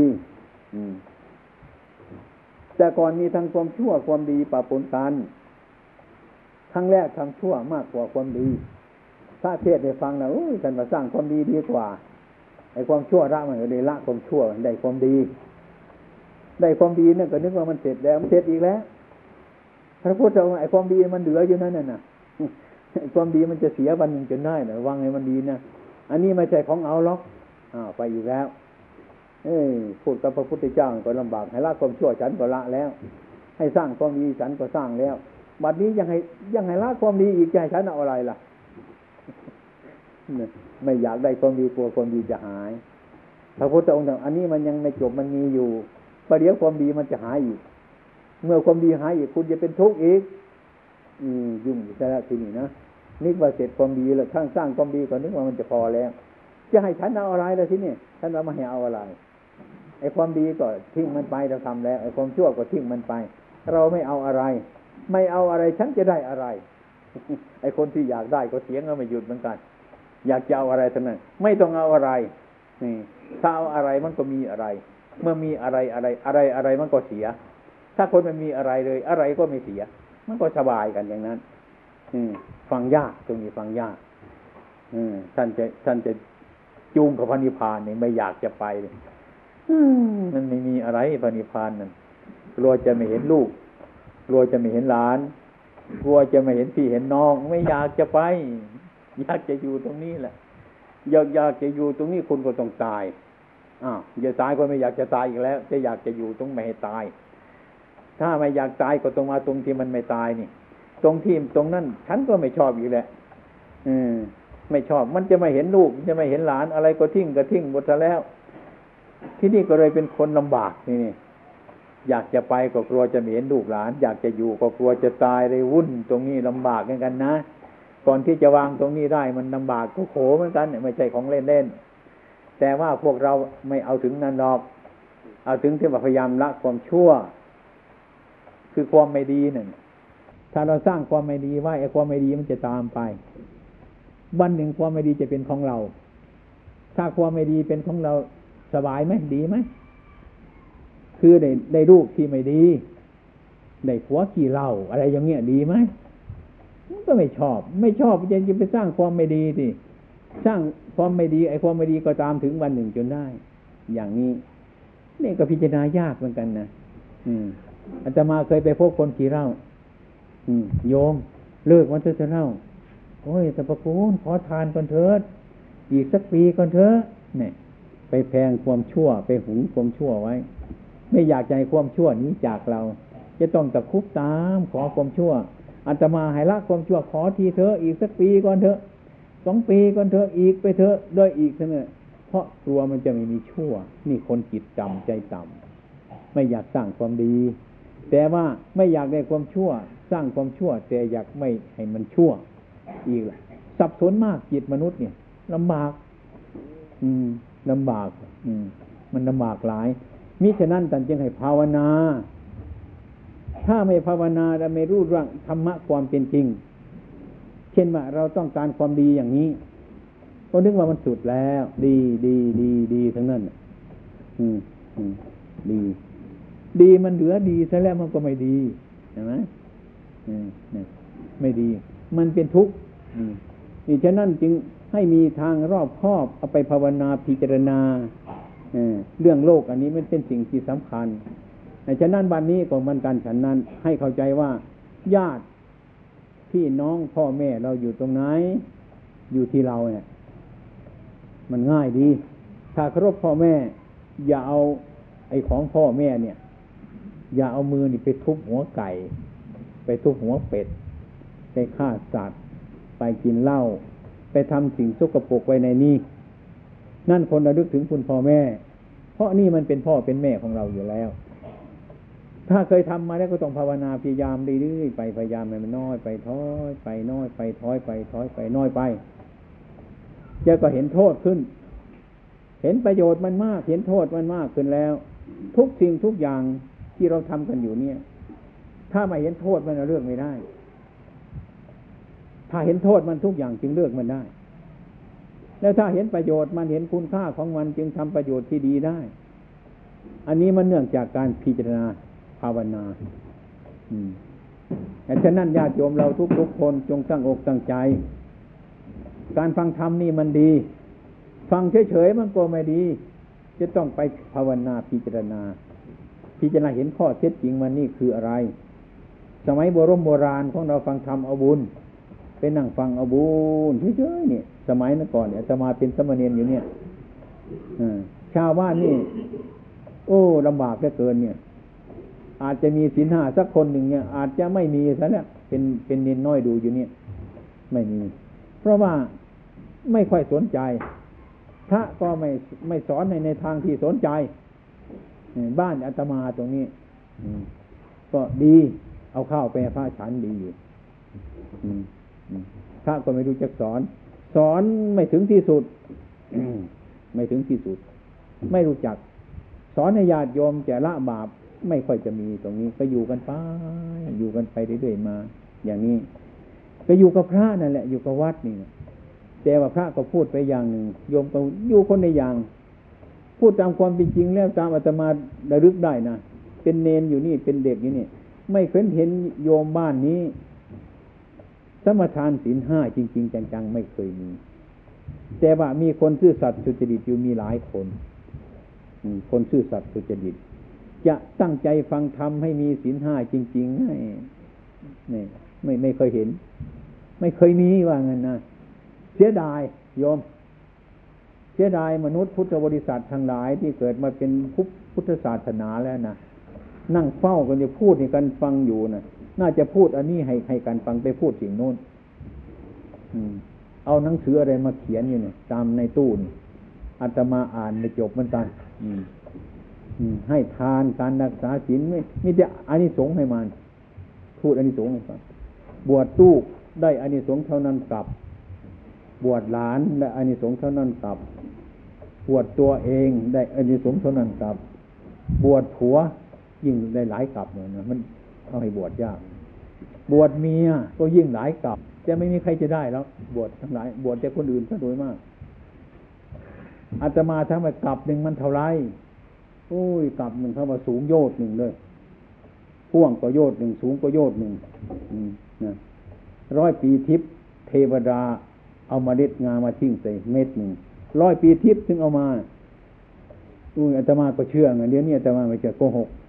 Speaker 1: แต่ก่อนมีทั้งความชั่วความดีปะปนกันครั้งแรกทำชั่วมากกว่าความดีถ้าเทศน์ให้ฟังนะโอ้ยท่านว่าสร้างความดีดีกว่าอ้ความชั่วละมันก็ได้ละความชั่วได้ความดีได้ความดีเนี่ยก็นึกว่ามันเสร็จแล้วมันเสร็จอีกแล้วพระพุทธองค์ไอ้ความดีมันเหลืออยู่นั่นน่ะไอ้ความดีมันจะเสียวันหนึ่งจนได้นะวางให้มันดีนะอันนี้ไม่ใช่ของเอาหรอกอ้าวไปอีกแล้วเอ้ยพูดกับพระพุทธเจ้าก็ลำบากให้ละความชั่วฉันก็ละแล้วให้สร้างความดีฉันก็สร้างแล้วบัดนี้ยังให้ยังให้ละความดีอีกใจฉันเอาอะไรล่ะไม่อยากได้ความดีกลัวความดีจะหายพระพุทธองค์บอกอันนี้มันยังไม่จบมันมีอยู่ประเดี๋ยวความดีมันจะหายอีกเมื่อความดีหายอีกคุณจะเป็นทุกข์อีกอืมยุ่งซะแล้วทีนี้นะนึกว่าเสร็จความดีแล้วทั้งสร้างความดีก็นึกว่ามันจะพอแล้วจะให้ฉันเอาอะไรล่ะทีนี้ฉันเอามาให้เอาอะไรไอ้ความดีก็ทิ้งมันไปเราทำแล้วไอ้ความชั่วก็ทิ้งมันไปเราไม่เอาอะไรไม่เอาอะไรฉันจะได้อะไรไอ้คนที่อยากได้ก็เถียงก็ไม่หยุดเหมือนกันอยากจะเอาอะไรทั้งนั้นไม่ต้องเอาอะไรนี่ถ้าเอาอะไรมันก็มีอะไรเมื่อมีอะไรอะไรอะไรอะไรมันก็เสียถ้าคนมันมีอะไรเลยอะไรก็ไม่เสียมันก็สบายกันอย่างนั้นอืมฟังยากตรงนี้ฟังยากอืมท่านจะท่านจะจูงกับพระนิพพานเนี่ยไม่อยากจะไปเลยมันไม่มีอะไรพระนิพพานนั่นกลัวจะไม่เห็นลูกกลัวจะไม่เห็นหลานกลัวจะไม่เห็นพี่เห็นน้องไม่อยากจะไปอยากจะอยู่ตรงนี้แหละอยากอยากจะอยู่ตรงนี้คุณก็ต้องตายอ้าวอย่าตายก็ไม่อยากจะตายอีกแล้วจะอยากจะอยู่ตรงไม่ให้ตายถ้าไม่อยากตายก็ตรงมาตรงที่มันไม่ตายนี่ตรงที่ตรงนั้นฉันก็ไม่ชอบอีกแหละอืมไม่ชอบมันจะไม่เห็นลูกจะไม่เห็นหลานอะไรก็ทิ้งก็ทิ้งหมดแล้วที่นี่ก็เลยเป็นคนลำบากนี่นี่อยากจะไปก็กลัวจะไม่เห็นลูกหลานอยากจะอยู่ก็กลัวจะตายเลยวุ่นตรงนี้ลำบากเหมือนกันนะก่อนที่จะวางตรงนี้ได้มันลำบากก็โขเหมือนกันไม่ใช่ของเล่นเล่นแต่ว่าพวกเราไม่เอาถึงนั้นหรอกเอาถึงที่พยายามละความชั่วคือความไม่ดีนั่นถ้าเราสร้างความไม่ดีไว้ไอ้ความไม่ดีมันจะตามไปวันหนึ่งความไม่ดีจะเป็นของเราถ้าความไม่ดีเป็นของเราสบายไหมดีไหมคือได้ได้ลูกที่ไม่ดีได้ผัวขี้เหล้าอะไรอย่างเงี้ยดีไหมมันก็ไม่ชอบไม่ชอบจะจะไปสร้างความไม่ดีสิสร้างความไม่ดีไอ้ความไม่ดีก็ตามถึงวันหนึ่งจนได้อย่างนี้นี่ก็พิจารณายากเหมือนกันนะอืมอาตมาเคยไปพบคนขี้เหล้าอืมโยมเลิกมันเถอะเหล้าโอ้ยแต่พระคุณขอทานก่อนเถิดอีกสักปีก่อนเถอะเนี่ยไปแพงความชั่วไปหุงความชั่วไว้ไม่อยากใจความชั่วนี้จากเราจะต้องตะคุบตามขอความชั่วอาตมาให้ละความชั่วขอทีเถอะอีกสักปีก่อนเถอะสองปีก่อนเถอะอีกไปเถอะด้วยอีกเถอะเพราะกลัวมันจะไม่มีชั่วนี่คนจิตต่ำใจต่ำไม่อยากสร้างความดีแต่ว่าไม่อยากได้ความชั่วสร้างความชั่วแต่อยากไม่ให้มันชั่วอีกแหละสับสนมากจิตมนุษย์เนี่ยลำบากอืมลำบากอืมมันลำบากหลายมิฉะนั้นท่านจึงให้ภาวนาถ้าไม่ภาวนาและไม่รู้เรื่องธรรมะความเป็นจริงเช่นว่าเราต้องการความดีอย่างนี้ก็นึกว่ามันสุดแล้วดีดีดีดีทั้งนั้นอืมอืมดีดีมันเหลือดีซะแล้วมันก็ไม่ดีใช่ไหมอืมเนี่ยไม่ดีมันเป็นทุกข์นี่ฉะนั้นจึงให้มีทางรอบคอบเอาไปภาวนาพิจารณาเรื่องโลกอันนี้มันเป็นสิ่งที่สำคัญฉะนั้นวันนี้ก็เหมือนกันฉันนั้นให้เข้าใจว่าญาติพี่น้องพ่อแม่เราอยู่ตรงไหนอยู่ที่เราเนี่ยมันง่ายดีถ้าเคารพพ่อแม่อย่าเอาไอ้ของพ่อแม่เนี่ยอย่าเอามือนี่ไปทุบหัวไก่ไปทุบหัวเป็ดไปฆ่าสัตว์ไปกินเหล้าไปทำสิ่งสกปรกไว้ในนี้นั่นคนระลึกถึงคุณพ่อแม่เพราะนี่มันเป็นพ่อเป็นแม่ของเราอยู่แล้วถ้าเคยทำมาแล้วก็ต้องภาวนาพยายามเรื่อยๆไปพยายามให้มันน้อยไปถอยไปน้อยไปถอยไปถอยไปน้อยไปจะก็เห็นโทษขึ้นเห็นประโยชน์มันมากเห็นโทษมันมากขึ้นแล้วทุกสิ่งทุกอย่างที่เราทำกันอยู่เนี่ยถ้าไม่เห็นโทษมันเลือกไม่ได้ถ้าเห็นโทษมันทุกอย่างจึงเลือกมันได้แล้วถ้าเห็นประโยชน์มันเห็นคุณค่าของมันจึงทำประโยชน์ที่ดีได้อันนี้มันเนื่องจากการพิจารณาภาวนาอืมแต่ฉะนั้นญาติโยมเราทุกๆคนจงตั้งอกตั้งใจการฟังธรรมนี่มันดีฟังเฉยๆมันก็ไม่ดีจะต้องไปภาวนาพิจารณาพิจารณาเห็นข้อเท็จจริงว่านี่คืออะไรสมัยโบรมโบราณของเราฟังธรรมเอาบุญไปนั่งฟังเอาบุญเฉยๆเนี่ยสมัยนั้นก่อนเนี่ยจะมาเป็นสมณีอยู่เนี่ยชาวบ้านนี่โอ้ลำบากเหลือเกินเนี่ยอาจจะมีศีลห้าสักคนหนึ่งเนี่ยอาจจะไม่มีซะแล้วเป็นเป็นเนนน้อยดูอยู่เนี่ยไม่มีเพราะว่าไม่ค่อยสนใจพระก็ไม่ไม่สอนในในทางที่สนใจบ้านอาตมาตรงนี้ก็ดีเอาข้าวไปพระฉันดีอยู่พระก็ไม่รู้จักสอนสอนไม่ถึงที่สุดไม่ถึงที่สุดไม่รู้จักสอนให้ญาติโยมจะละบาปไม่ค่อยจะมีตรงนี้ก็อยู่กันไปอยู่กันไปเรื่อยๆมาอย่างนี้ก็อยู่กับพระนั่นแหละอยู่กับวัดนี่แต่ว่าพระก็พูดไปอย่างหนึ่งโยมก็อยู่คนในอย่างพูดตามความเป็นจริงแล้วตามอาตมาระลึกได้นะเป็นเนนอยู่นี่เป็นเด็กอยู่นี่ไม่เคยเห็นโยมบ้านนี้สมทานศีลห้าจริงๆจังๆไม่เคยมีแต่ว่ามีคนซื่อสัตย์สุจริตอยู่มีหลายคนคนซื่อสัตย์สุจริตจะตั้งใจฟังธรรมให้มีศีลห้าจริงๆไม่ไม่ไม่ไม่เคยเห็นไม่เคยมีว่างั้นนะเสียดายโยมเสียดายมนุษย์พุทธบริษัททั้งหลายที่เกิดมาเป็นพุทธศาสนาแล้วนะนั่งเฝ้ากันจะพูดให้กันฟังอยู่นะน่าจะพูดอันนี้ให้ให้กันฟังไปพูดสิ่งโน้นเอาหนังสืออะไรมาเขียนอยู่เนี่ยตามในตู้นี่อาตมาอ่านไม่จบเหมือนกันให้ทานการรักษาศีลไม่มีแต่อานิสงส์ให้มันพูดอานิสงส์ให้ฟังบวชลูกได้อานิสงส์เท่านั้นกลับบวชหลานได้อานิสงส์เท่านั้นกลับบวชตัวเองได้อานิสงส์เท่านั้นกลับบวชผัวยิ่งได้หลายกลับเนี่ยนะมันเอาให้บวชยากบวชเมียก็ยิ่งหลายกลับแต่ไม่มีใครจะได้แล้วบวชทั้งหลายบวชแต่คนอื่นซะโดยมากอาตมาทั้งไปกลับหนึ่งมันเท่าไรโอ้ยกลับหนึ่งเข้ามาสูงโยชน์หนึ่งเลยพ่วงก็โยชน์หนึ่งสูงก็โยชน์หนึ่งนะร้อยปีทิพย์เทวดาเอามาเด็ดงามาทิ้งใส่เม็ดหนึ่งร้อยปีทิพย์ถึงเอามาอุ้ยอาตมาก็เชื่อไงเดี๋ยวนี้อาตมาไม่เชื่อโกหก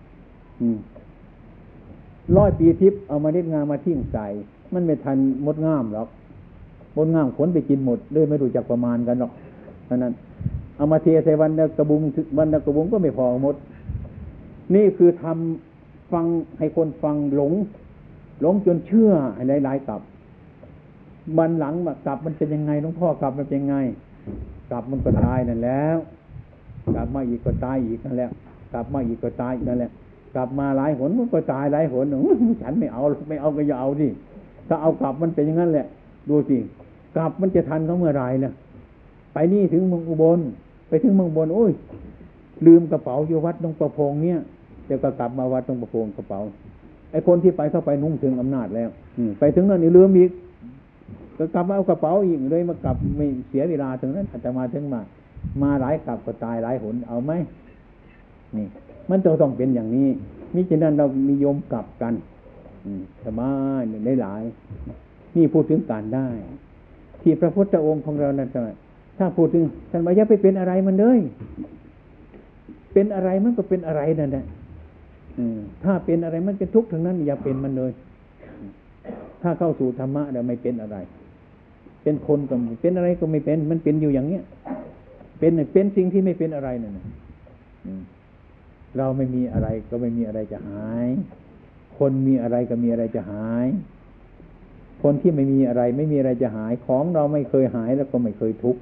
Speaker 1: ร้อยปีทิพย์เอามาเด็ดงามาทิ้งใส่มันไม่ทันมดง่ามหรอกมดง่ามขนไปกินหมดเลยไม่รู้จักประมาณกันหรอกเพราะนั้นเอามาเทใส่วันกระบุงวันกระบุงก็ไม่พอหมดนี่คือทำฟังให้คนฟังหลงหลงจนเชื่อให้หลายๆกลับบันหลังมากลับมันเป็นยังไงหลวงพ่อกลับมันเป็นยังไงกลับมันก็ตายนั่นแล้วกลับมาอีกก็ตายอีกนั่นแหละกลับมาอีกก็ตายอีกนั่นแหละกลับมาหลายหนมันก็ตายหลายหนฉันไม่เอาไม่เอาก็อย่าเอาดิถ้าเอากลับมันเป็นอย่างนั้นแหละดูสิกลับมันจะทันเขาเมื่อไรเนี่ยไปนี่ถึงเมืองอุบลไปถึงเมืองอุบลโอ้ยลืมกระเป๋าอยู่วัดตรงประพงเนี่ยเดี๋ยวก็กลับมาวัดตรงประพงกระเป๋าไอ้คนที่ไปเข้าไปนุ่งถึงอำนาจแล้วไปถึงนั่นนี่ลืมอีกก็กลับมาเอากระเป๋าอีกเลยมากลับไม่เสียเวลาถึงนั้นอาจจะมาถึงมามาหลายกลับก็ตายหลายหนเอาไหมนี่มันจะต้องเป็นอย่างนี้มิฉะนั้นเรานิยมกลับกันสบายได้หลายนี่พูดถึงการได้ที่พระพุทธองค์ของเรานั่นถ้าพูดถึงท่านบอกอย่าไปเป็นอะไรมันเลยเป็นอะไรมันก็เป็นอะไรนั่นแหละถ้าเป็นอะไรมันเป็นทุกข์ทั้งนั้นอย่าเป็นมันเลยถ้าเข้าสู่ธรรมะแล้วไม่เป็นอะไรเป็นคนก็ไม่เป็นอะไรก็ไม่เป็นมันเป็นอยู่อย่างเนี้ยเป็นเป็นสิ่งที่ไม่เป็นอะไรนั่นเราไม่มีอะไรก็ไม่มีอะไรจะหายคนมีอะไรก็มีอะไรจะหายคนที่ไม่มีอะไรไม่มีอะไรจะหายของเราไม่เคยหายแล้วก็ไม่เคยทุกข์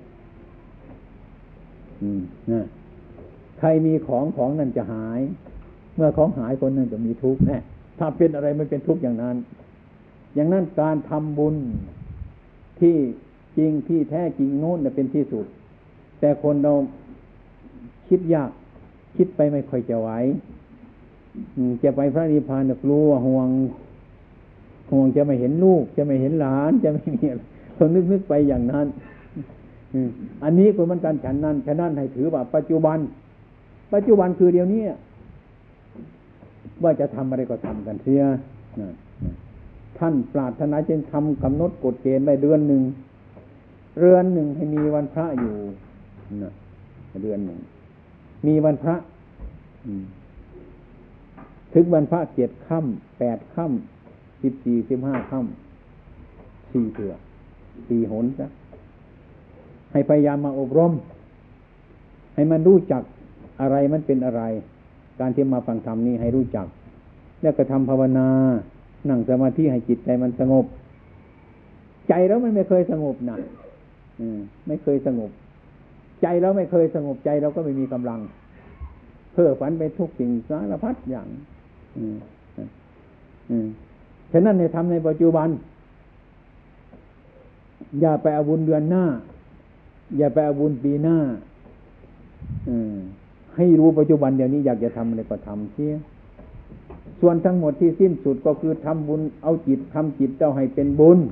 Speaker 1: นะใครมีของของนั้นจะหายเมื่อของหายคนนั้นจะมีทุกข์แน่ถ้าเป็นอะไรไม่เป็นทุกข์อย่างนั้นอย่างนั้นการทำบุญที่จริงที่แท้จริงโน้นเป็นที่สุดแต่คนเราคิดยากคิดไปไม่ค่อยจะไหวจะไปพระนิพพานกลัวห่วงห่วงจะไม่เห็นลูกจะไม่เห็นหลานจะไม่มีอะไรคนนึกนึกไปอย่างนั้นอันนี้ก็มันการฉันนั้นฉะนั้นให้ถือว่าปัจจุบันปัจจุบันคือเดี๋ยวนี้ว่าจะทำอะไรก็ทำกันเสียท่านปรารถนาจึงทำกำหนดกฎเกณฑ์ไว้เดือนหนึ่งเรือนหนึ่งให้มีวันพระอยู่นะเดือนหนึ่งมีวันพระถึงวันพระเจ็ดค่ำแปดค่ำสิบสี่สิบห้าค่ำสี่เถื่อสี่หนนะให้พยายามมาอบรมให้มันรู้จักอะไรมันเป็นอะไรการที่มาฟังธรรมนี้ให้รู้จักแล้วก็ทำภาวนานั่งสมาธิให้จิตใจมันสงบใจแล้วมันไม่เคยสงบนะอืมไม่เคยสงบใจเราไม่เคยสงบใจเราก็ไม่มีกำลังเพ้อฝันไปทุกสิ่งสารพัดอย่างอืมอืมฉะนั้นในทำในปัจจุบันอย่าไปเอาบุญเดือนหน้าอย่าไปเอาบุญปีหน้าอืมให้รู้ปัจจุบันเดี๋ยวนี้อยากจะทำอะไรก็ทำเสียส่วนทั้งหมดที่สิ้นสุดก็คือทำบุญเอาจิตทำจิตเจ้าให้เป็นบุญ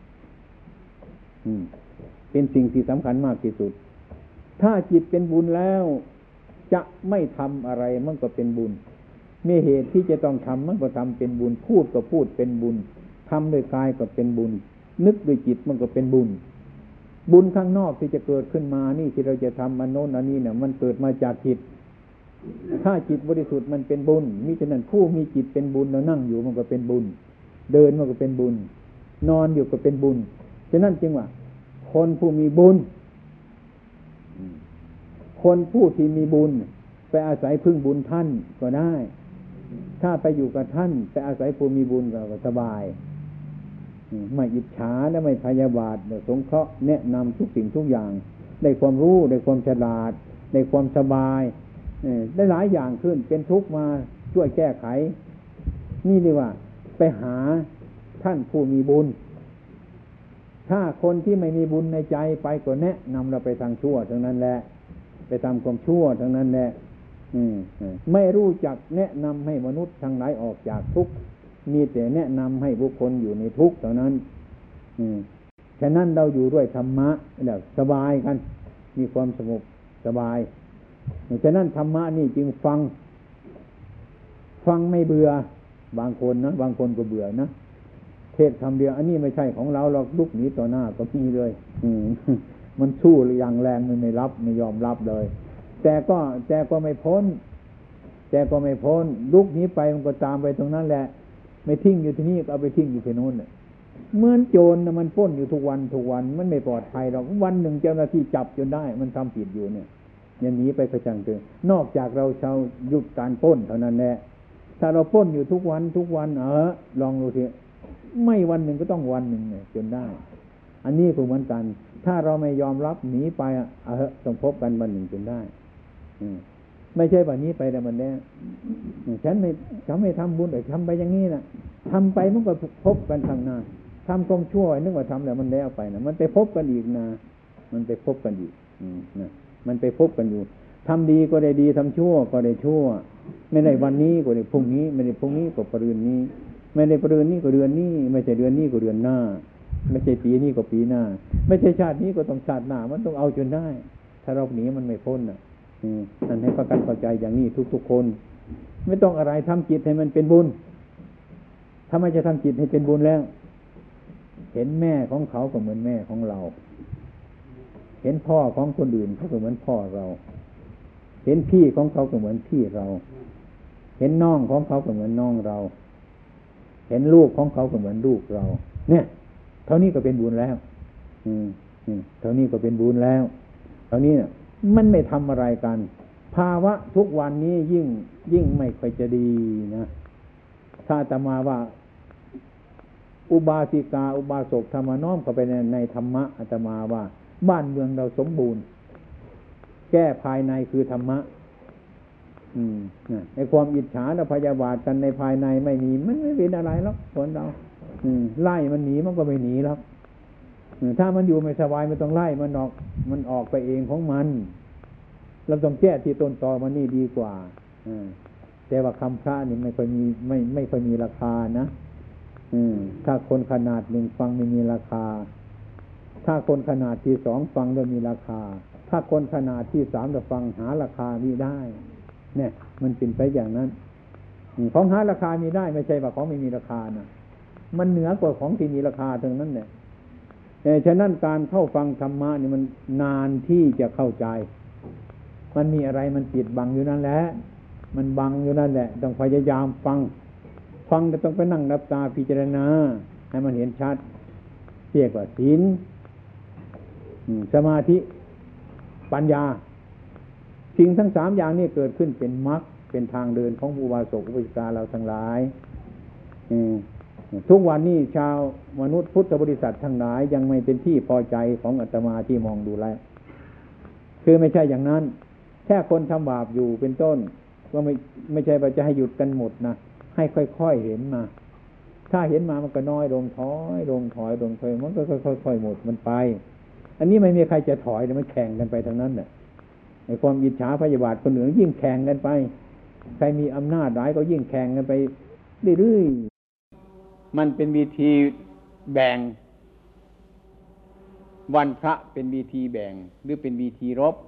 Speaker 1: เป็นสิ่งที่สำคัญมากที่สุดถ้าจิตเป็นบุญแล้วจะไม่ทำอะไรมันก็เป็นบุญมีเหตุที่จะต้องทำมันก็ทำเป็นบุญพูดก็พูดเป็นบุญทำด้วยกายก็เป็นบุญนึกด้วยจิตมันก็เป็นบุญบุญข้างนอกที่จะเกิดขึ้นมานี่ที่เราจะทำอันโน้นอันนี้เนี่ยมันเกิดมาจากจิตถ้าจิตบริสุทธิ์มันเป็นบุญมิฉะนั้นผู้มีจิตเป็นบุญเรานั่งอยู่มันก็เป็นบุญเดินมันก็เป็นบุญนอนอยู่ก็เป็นบุญฉะนั้นจึงว่าคนผู้มีบุญคนผู้ที่มีบุญไปอาศัยพึ่งบุญท่านก็ได้ถ้าไปอยู่กับท่านไปอาศัยผู้มีบุญก็สบายไม่อิจฉาและไม่พยาบาทสงเคราะห์แนะนำทุกสิ่งทุกอย่างได้ความรู้ได้ความฉลาดได้ความสบายได้หลายอย่างขึ้นเป็นทุกข์มาช่วยแก้ไขนี่เรียกว่าไปหาท่านผู้มีบุญถ้าคนที่ไม่มีบุญในใจไปก็แนะนำเราไปทางชั่วทั้งนั้นแหละไปทำความชั่วทั้งนั้นแหละไม่รู้จักแนะนำให้มนุษย์ทั้งหลายออกจากทุกข์มีแต่แนะนำให้บุคคลอยู่ในทุกข์เท่านั้นฉะนั้นเราอยู่ด้วยธรรมะแล้วสบายกันมีความสงบสบายฉะนั้นธรรมะนี่จึงฟังฟังไม่เบื่อบางคนนะบางคนก็เบื่อนะเทศคำเดียวอันนี้ไม่ใช่ของเราเราลุกหนีต่อหน้าก็มีเลยมันสู้อย่างแรงมันไม่รับไม่ยอมรับเลยแต่ก็แต่ก็ไม่พ้นแต่ก็ไม่พ้นลุกหนีไปมันก็ตามไปตรงนั้นแหละไม่ทิ้งอยู่ที่นี่ก็เอาไปทิ้งอยู่ที่โน้นเหมือนโจรนะมันปล้นอยู่ทุกวันทุกวันมันไม่ปลอดภัยหรอกวันหนึ่งเจ้าหน้าที่จับจนได้มันทำผิดอยู่เนี่ยอย่างนี้ไปกระชังเกินนอกจากเราชาวหยุดการปล้นเท่านั้นแหละถ้าเราปล้นอยู่ทุกวันทุกวันเออลองดูทีไม่วันหนึ่งก็ต้องวันหนึ่งเนี่ยจนได้อันนี้ก็เหมือนกันถ้าเราไม่ยอมรับหนีไปอ่ะเออต้องพบกันวันหนึ่งจนได้ไม่ใช่แบบนี้ไปแต่มันแน่ฉันไม่ฉันไม่ทำบุญแต่ทำไปอย่างนี้นะทำไปมันก็พบกันข้างหน้าทำความชั่วนึกว่าทำแล้วมันแล้วไปนะมันไปพบกันอีกนะมันไปพบกันอีกนะมันไปพบกันอยู่ทำดีก็ได้ดีทำชั่วก็ได้ชั่วไม่ได้วันนี้ก็ได้พรุ่งนี้ไม่ได้พรุ่งนี้ก็ปรืนนี้ไม่ได้ปรืนนี้ก็เดือนนี้ไม่ใช่เดือนนี้ก็เดือนหน้าไม่ใช่ปีนี้ก็ปีหน้าไม่ใช่ชาตินี้ก็ต้องชาติหน้ามันต้องเอาจนได้ถ้าเราหนีมันไม่พ้นน่ะนั่นให้ประกันเข้าใจอย่างนี้ทุกๆคนไม่ต้องอะไรทำจิตให้มันเป็นบุญถ้าไม่จะทำจิตให้เป็นบุญแล้วเห็นแม่ของเขาก็เหมือนแม่ของเราเห็นพ่อของคนอื่นเขาก็เหมือนพ่อเราเห็นพี่ของเขาก็เหมือนพี่เราเห็นน้องของเขาก็เหมือนน้องเราเห็นลูกของเขาก็เหมือนลูกเราเนี่ยเท่านี้ก็เป็นบุญแล้วอืมเท่านี้ก็เป็นบุญแล้วเท่านี้เนี่ยมันไม่ทำอะไรกันภาวะทุกวันนี้ยิ่งยิ่งไม่ค่อยจะดีนะถ้าอาตมาว่าอุบาสิกาอุบาสกธรรมน้อมเข้าไปในในธรรมะอาตมาว่าบ้านเมืองเราสมบูรณ์แก้ภายในคือธรรมะอืมในความอิจฉาและพยาบาทกันในภายในไม่มีมันไม่เป็นอะไรหรอกคนเราอืมไล่มันหนีมันก็ไม่หนีหรอกถ้ามันอยู่ไม่สบายไม่ต้องไล่มันออกมันออกไปเองของมันเราต้องแก้ที่ต้นตอมันนี่ดีกว่าแต่ว่าคำพระนี่ไม่ค่อยมีไม่ไม่ค่อยมีราคานะถ้าคนขนาดหนึ่งฟังไม่มีราคาถ้าคนขนาดที่สองฟังแล้วมีราคาถ้าคนขนาดที่สามจะฟังหาราคามีได้เนี่ยมันเป็นไปอย่างนั้นของหาราคามีได้ไม่ใช่ว่าของไม่มีราคานะมันเหนือกว่าของที่มีราคาตรงนั้นเนี่ยแต่ฉะนั้นการเข้าฟังธรรมะนี่มันนานที่จะเข้าใจมันมีอะไรมันปิดบังอยู่นั่นแหละมันบังอยู่นั่นแหละต้องพยายามฟังฟังก็ต้องไปนั่งรับตาพิจารณาให้มันเห็นชัดเรียกว่าศีลสมาธิปัญญาสิ่งทั้งสามอย่างนี้เกิดขึ้นเป็นมรรคเป็นทางเดินของอุบาสกอุบาสิกาเราทั้งหลายทุกวันนี้ชาวมนุษย์พุทธบริษัททั้งหลายยังไม่เป็นที่พอใจของอาตมาที่มองดูแลคือไม่ใช่อย่างนั้นแค่คนทำบาปอยู่เป็นต้นก็ไม่ไม่ใช่ว่าจะให้หยุดกันหมดนะให้ค่อยๆเห็นมาถ้าเห็นมามันก็น้อยลงถอยลงถอยลงถอยมันก็ค่อยๆหมดมันไปอันนี้ไม่มีใครจะถอยแต่มันแข่งกันไปทั้งนั้นแหละในความอิจฉาพยาบาทคนเหนือยิ่งแข่งกันไปใครมีอำนาจร้ายก็ยิ่งแข่งกันไปเรื่อยๆมันเป็นวิธีแบ่งวันพระเป็นวิธีแบ่งหรือเป็นวิธีรบ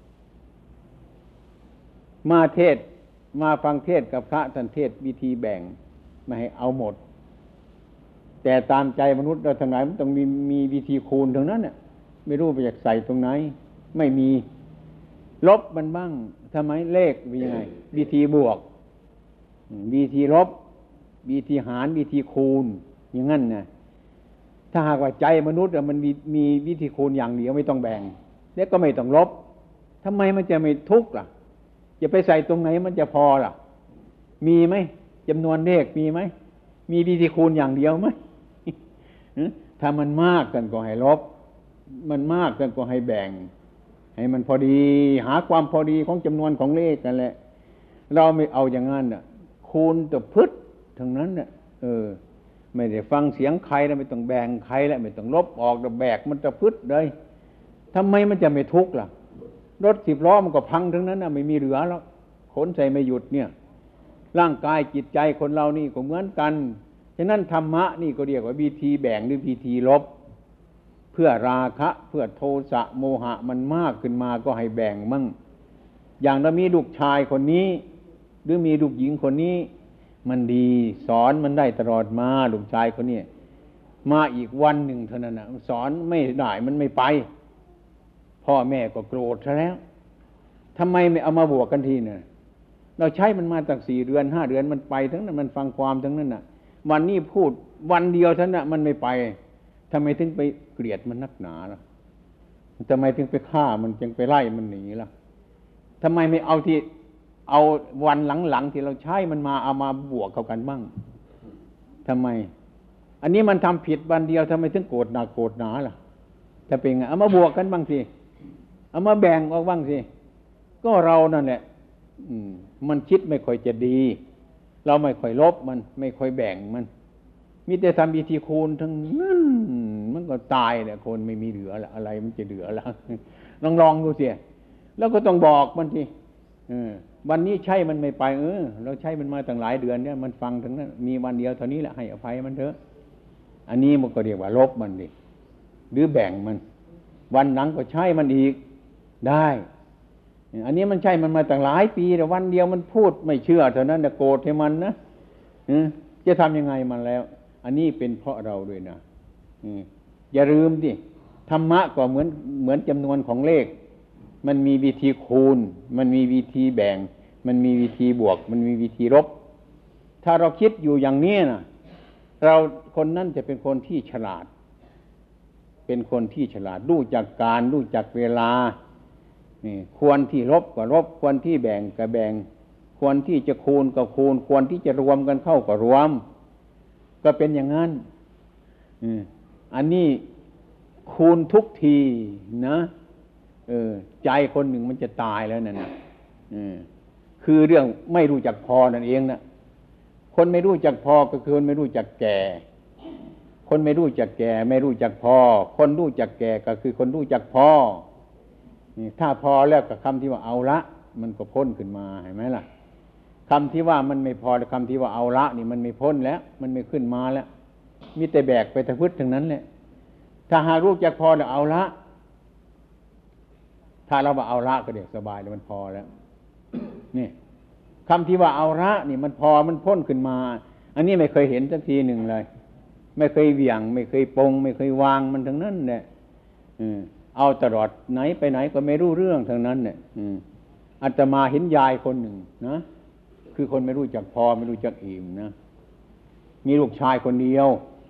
Speaker 1: มาเทศมาฟังเทศกับพระท่านเทศวิธีแบ่งไม่ให้เอาหมดแต่ตามใจมนุษย์เราทั้งหลายมันต้องมีมีวิธีคูณทั้งนั้นน่ะไม่รู้ไปอยากใส่ตรงไหนไม่มีลบมันบ้างทำไมเลขเป็นยังไงวิธีบวกวิธีลบวิธีหารวิธีคูณอย่างนั้นนะถ้าหากว่าใจมนุษย์มันมีมีวิธีคูณอย่างเดียวไม่ต้องแบ่งแล้วก็ไม่ต้องลบทำไมมันจะไม่ทุกข์ล่ะจะไปใส่ตรงไหนมันจะพอล่ะมีไหมจำนวนเลขมีไหมมีวิธีคูณอย่างเดียวไหมถ้ามันมากกันก็ให้ลบมันมากกันก็ให้แบ่งให้มันพอดีหาความพอดีของจำนวนของเลขกันแหละเราไม่เอาอย่างนั้นน่ะคูณแต่พึดทั้งนั้นน่ะเออไม่ได้ฟังเสียงใครแล้วไม่ต้องแบ่งใครแล้วไม่ต้องลบออกแต่แบกมันจะพึดเลยทำไมมันจะไม่ทุกข์ล่ะรถสิบล้อมันก็พังทั้งนั้นน่ะไม่มีเหลือแล้วขนใส่ไม่หยุดเนี่ยร่างกายจิตใจคนเรานี่ก็เหมือนกันฉะนั้นธรรมะนี่ก็เรียกว่าวิธีแบ่งหรือวิธีลบเพื่อราคะเพื่อโทสะโมหะมันมากขึ้นมาก็ให้แบ่งมั่งอย่างเรามีลูกชายคนนี้หรือมีลูกหญิงคนนี้มันดีสอนมันได้ตลอดมาลูกชายคนนี้มาอีกวันหนึ่งเท่านั้นนะสอนไม่ได้มันไม่ไปพ่อแม่ก็โกรธซะแล้วทำไมไม่เอามาบวกกันทีเนี่ยเราใช้มันมาตั้งสี่เดือนห้าเดือนมันไปทั้งนั้นมันฟังความทั้งนั้นน่ะวันนี้พูดวันเดียวเท่านั้นมันไม่ไปทำไมถึงไปเกลียดมันนักหนาล่ะทำไมถึงไปฆ่ามันจึงไปไล่มันหนีล่ะทำไมไม่เอาที่เอาวันหลังๆที่เราใช้มันมาเอามาบวกเข้ากันบ้างทำไมอันนี้มันทำผิดวันเดียวทำไมถึงโกรธหนักโกรธหนาล่ะจะเป็นไงเอามาบวกกันบ้างสิเอามาแบ่งออกบ้างสิก็เรานั่นแหละอืมมันคิดไม่ค่อยจะดีเราไม่ค่อยลบมันไม่ค่อยแบ่งมันมีแต่ทำวิธีคูณทั้งนั้นมันก็ตายแหละคนไม่มีเหลือละอะไรมันจะเหลือละลองลองดูสิแล้วก็ต้องบอกมันทีวันนี้ใช่มันไม่ไปเออเราใช้มันมาตั้งหลายเดือนเนี่ยมันฟังทั้งนั้นมีวันเดียวเท่านี้แหละให้อภัยมันเถอะอันนี้มันก็เรียกว่าลบมันดิหรือแบ่งมันวันหลังก็ใช้มันอีกได้อันนี้มันใช่มันมาตั้งหลายปีแต่วันเดียวมันพูดไม่เชื่อเท่านั้นแต่โกรธให้มันนะจะทำยังไงมันแล้วอันนี้เป็นเพราะเราด้วยนะอย่าลืมดิธรรมะก็เหมือนเหมือนจำนวนของเลขมันมีวิธีคูณมันมีวิธีแบ่งมันมีวิธีบวกมันมีวิธีลบถ้าเราคิดอยู่อย่างนี้นะเราคนนั้นจะเป็นคนที่ฉลาดเป็นคนที่ฉลาดรู้จักการรู้จักเวลานี่ควรที่ลบก็ลบควรที่แบ่งก็แบ่งควรที่จะคูณก็คูณควรที่จะรวมกันเข้าก็รวมก็เป็นอย่างนั้นอันนี้คูณทุกทีนะเออใจคนหนึ่งมันจะตายแล้วนั่นนะคือเรื่องไม่รู้จักพอนั่นเองนะคนไม่รู้จักพอก็คือคนไม่รู้จักแก่คนไม่รู้จักแก่ไม่รู้จักพอคนรู้จักแก่ก็คือคนรู้จักพอถ้าพอแล้วกับคำที่ว่าเอาละมันก็พ้นขึ้นมาเห็นไหมล่ะคำที่ว่ามันไม่พอคำที่ว่าเอาละนี่มันไม่พ้นแล้วมันไม่ขึ้นมาแล้วมีแต่แบกไปตะพื้นทั้งนั้นแหละถ้าหารู้จักพอแล้วเอาละถ้าเราว่าเอาละก็เดี๋ยวสบายแล้วมันพอแล้วนี่คำที่ว่าเอาละนี่มันพอมันพ้นขึ้นมาอันนี้ไม่เคยเห็นสักทีหนึ่งเลยไม่เคยเหวี่ยงไม่เคยปงไม่เคยวางมันทั้งนั้นเนี่ยเอาตลอดไหนไปไหนก็ไม่รู้เรื่องทั้งนั้นเนี่ยอาตมาเห็นยายคนหนึ่งนะคือคนไม่รู้จักพอไม่รู้จักอิ่มนะมีลูกชายคนเดียว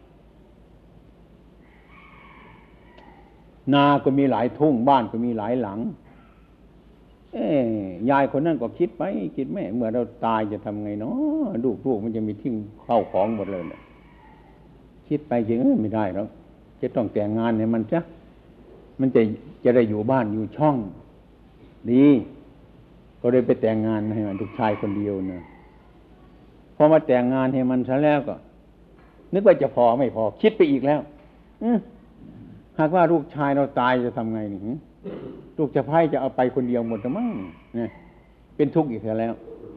Speaker 1: นาก็มีหลายทุ่งบ้านก็มีหลายหลังเอ้ยายคนนั้นก็คิดไปคิดแม่เมื่อเราตายจะทำไงเนาะลูกๆมันจะมีทิ้งเข้าของหมดเลยเนี่ยคิดไปจริงไม่ได้แล้วจะต้องแต่งงานให้มันจ้ะมันจะจะได้อยู่บ้านอยู่ช่องดีก็เลยไปแต่งงานให้มันลูกชายคนเดียวนะพอมาแต่งงานให้มันซะแล้วก็นึกว่าจะพอไม่พอคิดไปอีกแล้วหากว่าลูกชายเราตายจะทำไงนี่ลูกสะใภ้จะเอาไปคนเดียวหมดหรือมั้งเนี่ยเป็นทุกข์อีกแล้ว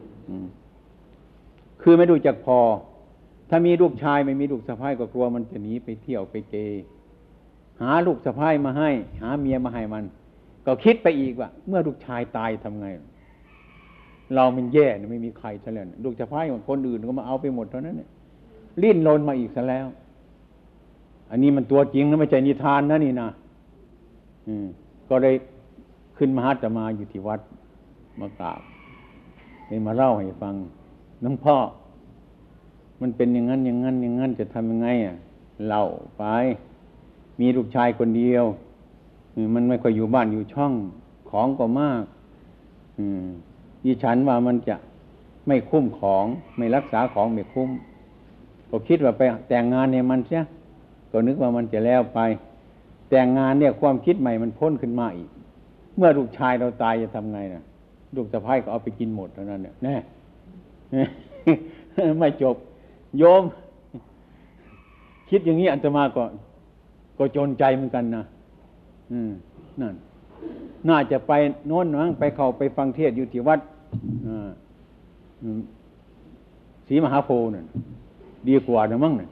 Speaker 1: คือไม่รู้จักพอถ้ามีลูกชายไม่มีลูกสะใภ้ก็กลัวมันจะหนีไปเที่ยวไปเกยหาลูกสะใภ้มาให้หาเมียมาให้มันก็คิดไปอีกว่าเมื่อลูกชายตายทำไงเรามันแย่ไม่มีใครซะแล้วลูกสะใภ้ของคนอื่นก็มาเอาไปหมดเท่านั้นเนี่ยลิ้นรนมาอีกซะแล้วอันนี้มันตัวจริงนะไม่ใช่นิทานนะนี่นะอืมก็เลยขึ้นมาหาอาตมาอยู่ที่วัดมากราบเลยมาเล่าให้ฟังน้องพ่อมันเป็นอย่างนั้นอย่างนั้นอย่างนั้นจะทำยังไงอ่ะเล่าไปมีลูกชายคนเดียวมันไม่ค่อยอยู่บ้านอยู่ช่องของก็มากอืมดิฉันว่ามันจะไม่คุ้มของไม่รักษาของไม่คุ้มก็คิดว่าไปแต่งงานให้มันเสียก็นึกว่ามันจะแล้วไปแต่งงานเนี่ยความคิดใหม่มันพ้นขึ้นมาอีกเมื่อลูกชายเราตายจะทำไงนะลูกสะใภ้ก็เอาไปกินหมดเท่านั้นเนี่ยแน่ไม่จบโยมคิดอย่างนี้อาตมาก็ก็จนใจเหมือนกันนะอืมนั่นน่าจะไปโน้นมั้งไปเข้าไปฟังเทศน์อยู่ที่วัดอ่าศรีมหาโพธิ์นั่นดีกว่านะมั้งเนี่ย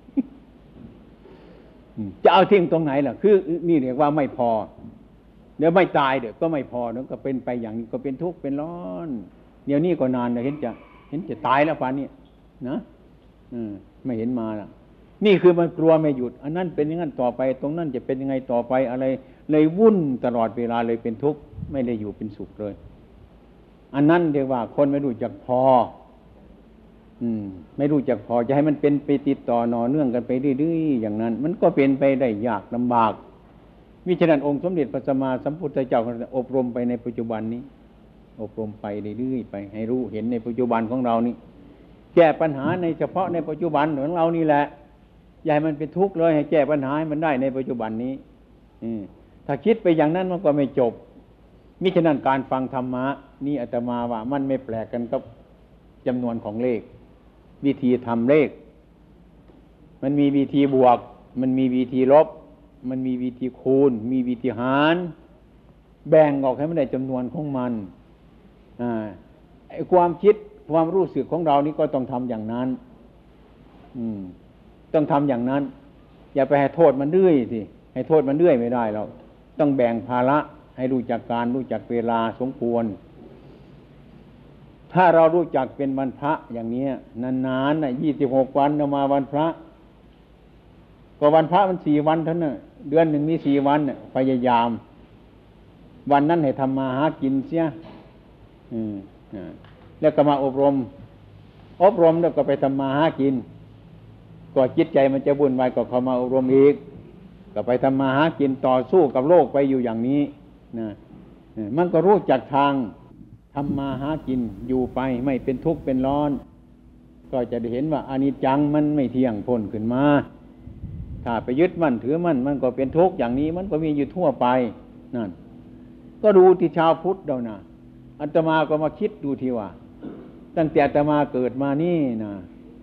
Speaker 1: จะเอาทิ้งตรงไหนล่ะคือนี่เรียกว่าไม่พอเดี๋ยวไม่ตายเดี๋ยวก็ไม่พอแล้วก็เป็นไปอย่างนี้ก็เป็นทุกข์เป็นร้อนเดี๋ยวนี้ก็นานนะเห็นจะเห็นจะตายแล้วป่านนี้นะอืมไม่เห็นมาล่ะนี่คือมันกลัวไม่หยุดอันนั้นเป็นอย่างนั้นต่อไปตรงนั้นจะเป็นยังไงต่อไปอะไรเลยวุ่นตลอดเวลาเลยเป็นทุกข์ไม่ได้อยู่เป็นสุขเลยอันนั้นเรียกว่าคนไม่รู้จักพออืมไม่รู้จักพอจะให้มันเป็นไปติดต่อหนอเนื่องกันไปเรื่อยๆอย่างนั้นมันก็เป็นไปได้ยากลำบากมิฉะนั้นองค์สมเด็จพระสัมมาสัมพุทธเจ้าอบรมไปในปัจจุบันนี้อบรมไปเรื่อยๆไปให้รู้เห็นในปัจจุบันของเรานี่แก้ปัญหาในเฉพาะในปัจจุบันของเรานี่แหละอย่าให้มันเป็นทุกข์เลยให้แก้ปัญหาให้มันได้ในปัจจุบันนี้อืมถ้าคิดไปอย่างนั้นมันก็ไม่จบมิฉะนั้นการฟังธรรมะนี่อาตมาว่ามันไม่แปลกกันกับจำนวนของเลขวิธีทำเลขมันมีวิธีบวกมันมีวิธีลบมันมีวิธีคูณมีวิธีหารแบ่งออกให้มันได้จำนวนของมันอ่าไอ้ความคิดความรู้สึกของเรานี่ก็ต้องทำอย่างนั้นอืมต้องทำอย่างนั้นอย่าไปให้โทษมันเรื่อยสิให้โทษมันเรื่อยไม่ได้เราต้องแบ่งภาระให้รู้จักการรู้จักเวลาสมควรถ้าเรารู้จักเป็นวันพระอย่างนี้นานๆน่ะยี่สิบหกวันเอามาวันพระก็วันพระมันสี่วันเท่านั้นเดือนหนึ่งมีสี่วันน่ะพยายามวันนั้นให้ทำมาหากินเสียอืมแล้วก็มาอบรมอบรมแล้วก็ไปทำมาหากินก็จิตใจมันจะวุ่นวายก็เข้ามาอบรมอีกก็ไปทำมาหากินต่อสู้กับโลกไปอยู่อย่างนี้นะมันก็รู้จักทางทำมาหากินอยู่ไปไม่เป็นทุกข์เป็นร้อนก็จะได้เห็นว่าอนิจจังมันไม่เที่ยงพ้นขึ้นมาถ้าไปยึดมั่นถือมั่นมันก็เป็นทุกข์อย่างนี้มันก็มีอยู่ทั่วไปนั่นก็ดูที่ชาวพุทธเรานะอาตมาก็มาคิดดูทีว่าตั้งแต่อาตมาเกิดมานี่นะ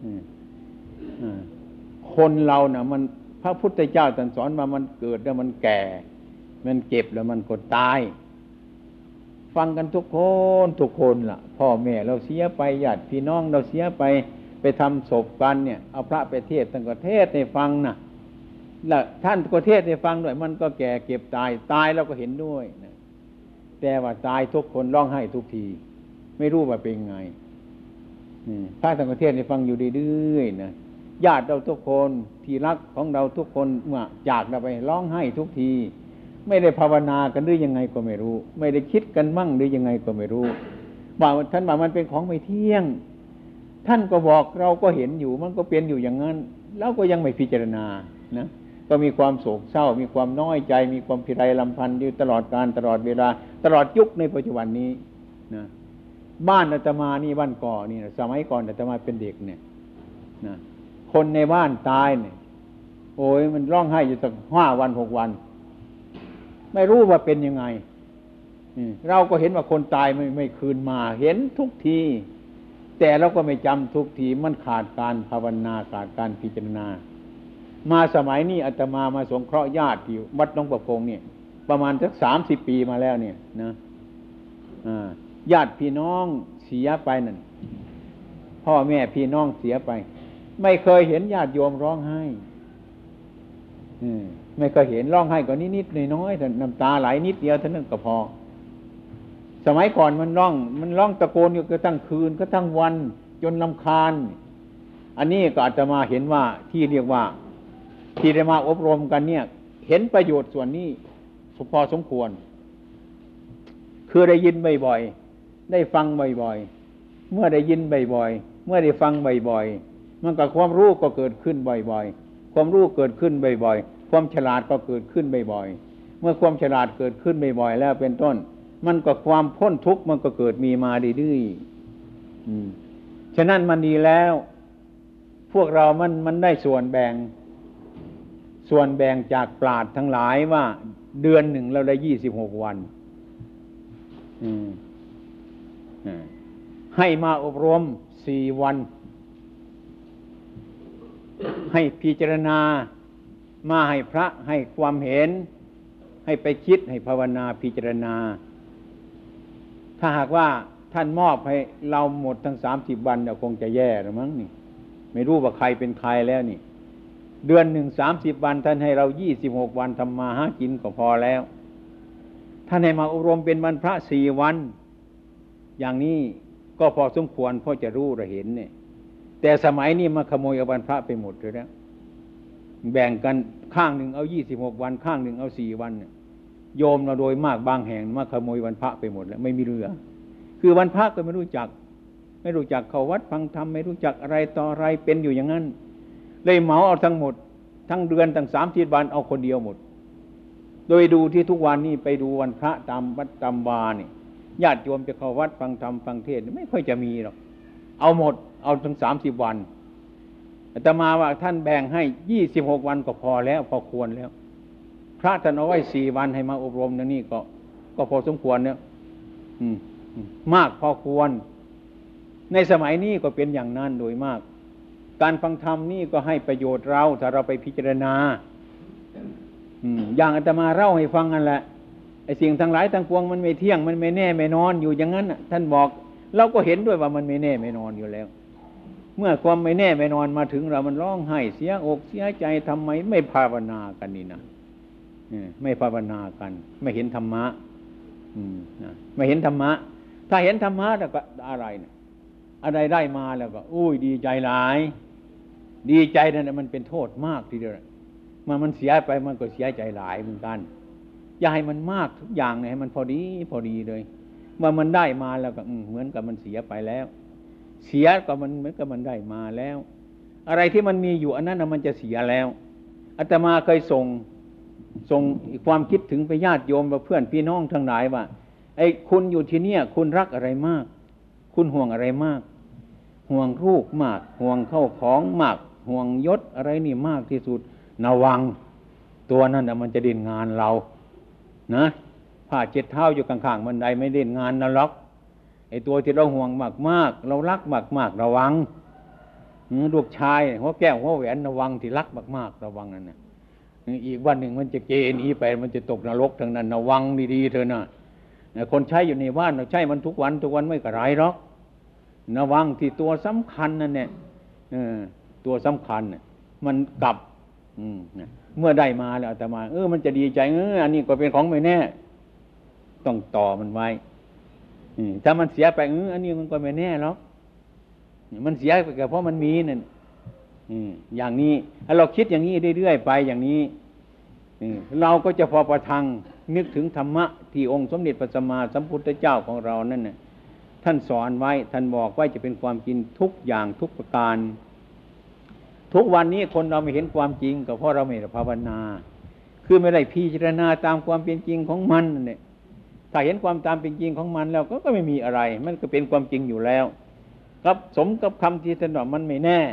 Speaker 1: คนเรานะมันพระพุทธเจ้าตรัสสอนมามันเกิดแล้วมันแก่มันเจ็บแล้วมันก็ตายฟังกันทุกคนทุกคนล่ะพ่อแม่เราเสียไปญาติพี่น้องเราเสียไปไปทำศพกันเนี่ยเอาพระไปเทศน์ท่านก็เทศน์ให้ฟังนะแล้วท่านก็เทศน์ให้ฟังด้วยมันก็แก่เก็บตายตายเราก็เห็นด้วยนะแต่ว่าตายทุกคนร้องไห้ทุกทีไม่รู้ว่าเป็นไงพระท่านก็เทศน์ให้ฟังอยู่เรื่อยๆนะญาติเราทุกคนที่รักของเราทุกคนเมื่อจากเราไปร้องไห้ทุกทีไม่ได้ภาวนากันหรือยังไงก็ไม่รู้ไม่ได้คิดกันมั่งหรือยังไงก็ไม่รู้ว่าท่านว่ามันเป็นของไม่เที่ยงท่านก็บอกเราก็เห็นอยู่มันก็เป็นอยู่อย่างนั้นแล้วก็ยังไม่พิจารณานะก็มีความโศกเศร้ามีความน้อยใจมีความพิไรลำพันธ์อยู่ตลอดกาลตลอดเวลาตลอดยุคในปัจจุบันนี้นะบ้านอาตมานี่บ้านก่อนี่นะสมัยก่อนอาตมาเป็นเด็กเนี่ยนะคนในบ้านตายเนี่ยโอ้ยมันร้องไห้อยู่ตั้งห้าวันหกวันไม่รู้ว่าเป็นยังไงเราก็เห็นว่าคนตายไม่ไม่คืนมาเห็นทุกทีแต่เราก็ไม่จำทุกทีมันขาดการภาวนาขาดการพิจารณามาสมัยนี้อาตมามาสงเคราะห์ญาติอยู่วัดหนองประพงเนี่ยประมาณสักสามสิบปีมาแล้วเนี่ยนะญาติพี่น้องเสียไปนั่นพ่อแม่พี่น้องเสียไปไม่เคยเห็นญาติโยมร้องไห้ไม่เคยเห็นร้องไห้ก็นิดๆน้อยๆแต่น้ำตาไหลนิดเดียวเท่านั้นก็พอสมัยก่อนมันร้องมันร้องตะโกนอยู่ก็ทั้งคืนก็ทั้งวันจนรำคาญอันนี้ก็อาตมาเห็นว่าที่เรียกว่าที่ได้มาอบรมกันเนี่ยเห็นประโยชน์ส่วนนี้พอสมควรคือได้ยินบ่อยๆได้ฟังบ่อยๆเมื่อได้ยินบ่อยๆเมื่อได้ฟังบ่อยๆมันก็ความรู้ก็เกิดขึ้นบ่อยๆความรู้เกิดขึ้นบ่อยๆความฉลาดก็เกิดขึ้นบ่อยๆเมื่อความฉลาดเกิดขึ้นบ่อยๆแล้วเป็นต้นมันก็ความพ้นทุกข์มันก็เกิดมีมาดื้อๆฉะนั้นมันดีแล้วพวกเรามันมันได้ส่วนแบ่งส่วนแบ่งจากปราชญ์ทั้งหลายว่าเดือนหนึ่งเราได้ยี่สิบหกวันให้มาอบรมสี่วันให้พิจารณามาให้พระให้ความเห็นให้ไปคิดให้ภาวนาพิจารณาถ้าหากว่าท่านมอบให้เราหมดทั้งสามสิบวันเราคงจะแย่หรือมั้งนี่ไม่รู้ว่าใครเป็นใครแล้วนี่เดือนหนึ่งสามสิบวันท่านให้เรายี่สิบหกวันทำมาหากินก็พอแล้วท่านให้มาอบรมเป็นวันพระสี่วันอย่างนี้ก็พอสมควรพอจะรู้จะเห็นเนี่ยแต่สมัยนี้มาขโมยเอาวันพระไปหมดเลยแล้วแบ่งกันข้างหนึ่งเอายี่สิบหกวันข้างหนึ่งเอาสี่วันเนี่ยโยมเราโดยมากบางแห่งมาขโมยวันพระไปหมดแล้วไม่มีเรือคือวันพระก็ไม่รู้จักไม่รู้จักเข้าวัดฟังธรรมไม่รู้จักอะไรต่ออะไรเป็นอยู่อย่างนั้นเลยเหมาเอาทั้งหมดทั้งเดือนทั้งสามสิบวันเอาคนเดียวหมดโดยดูที่ทุกวันนี้ไปดูวันพระตามวัดตามวาเนี่ยญาติโยมจะเข้าวัดฟังธรรมฟังเทศน์ไม่ค่อยจะมีหรอกเอาหมดเอาทั้งสามสิบวันอาตมาว่าท่านแบ่งให้ยี่สิบหกวันก็พอแล้วพอควรแล้วพระท่านเอาไว้สี่วันให้มาอบรมนี่ก็ก็พอสมควรแล้วมากพอควรในสมัยนี้ก็เป็นอย่างนั้นโดยมากการฟังธรรมนี่ก็ให้ประโยชน์เราถ้าเราไปพิจารณาอย่างอาตมาเล่าให้ฟังนั่นแหละไอ้สิ่งทั้งหลายทั้งปวงมันไม่เที่ยงมันไม่แน่ไม่นอนอยู่อย่างนั้นท่านบอกเราก็เห็นด้วยว่ามันไม่แน่ไม่นอนอยู่แล้วเมื่อความไม่แน่ไม่นอนมาถึงเรามันร้องไห้เสียอกเสียใจทำไมไม่ภาวนากันนี่นะไม่ภาวนากันไม่เห็นธรรมะไม่เห็นธรรมะถ้าเห็นธรรมะแล้วก็อะไรเนี่ยอะไรได้มาแล้วก็อุ้ยดีใจหลายดีใจนั่นมันเป็นโทษมากทีเดียวมันมันเสียไปมันก็เสียใจหลายเหมือนกันอย่าให้มันมากทุกอย่างเนี่ยให้มันพอดีพอดีเลยเมื่อมันได้มาแล้วก็เหมือนกับมันเสียไปแล้วเสียก็มันเหมือนกับมันได้มาแล้วอะไรที่มันมีอยู่อันนั้นมันจะเสียแล้วอาตมาเคยส่งส่งความคิดถึงไปญาติโยมเพื่อนพี่น้องทั้งหลายว่าไอ้คุณอยู่ที่เนี่ยคุณรักอะไรมากคุณห่วงอะไรมากห่วงรูปมากห่วงเข้าของมากห่วงยศอะไรนี่มากที่สุดระวังตัวนั้นน่ะมันจะเด่นงานเรานะผ้าเจ็ดเท้าอยู่ข้างๆบันไดไม่เด่นงานนะล็อกไอ้ตัวที่เราห่วงมากๆเรารักมากๆระวังลูกชายหัวแก้วหัวแหวนระวังที่รักมากๆระวังนั่นน่ะอีกวันหนึ่งมันจะเกณฑ์อีไปมันจะตกนรกทั้งนั้นระวังดีๆเถอะนะคนใช้อยู่ในบ้านเราใช้มันทุกวันทุกวันไม่กระไรหรอกระวังที่ตัวสำคัญนั่นเนี่ยตัวสำคัญเนี่ยมันกลับเมื่อได้มาแล้วแต่มาเออมันจะดีใจเอออันนี้ก็เป็นของไม่แน่ต้องต่อมันไว้ถ้ามันเสียไปเอออันนี้มันก็ไม่แน่หรอกมันเสียไปก็เพราะมันมีนั่นอย่างนี้ถ้าเราคิดอย่างนี้เรื่อยๆไปอย่างนี้เราก็จะพอประทังนึกถึงธรรมะที่องค์สมเด็จพระสัมมาสัมพุทธเจ้าของเรานั่นน่ะท่านสอนไว้ท่านบอกไว้จะเป็นความจริงทุกอย่างทุกประการทุกวันนี้คนเราไม่เห็นความจริงก็เพราะเราไม่ได้ภาวนาคือไม่ได้พิจารณาตามความเป็นจริงของมันเนี่ยถ้าเห็นความตามเป็นจริงของมันแล้วก็ก็ไม่มีอะไรมันก็เป็นความจริงอยู่แล้วครับสมกับคำที่ท่านบอกมันไม่แน่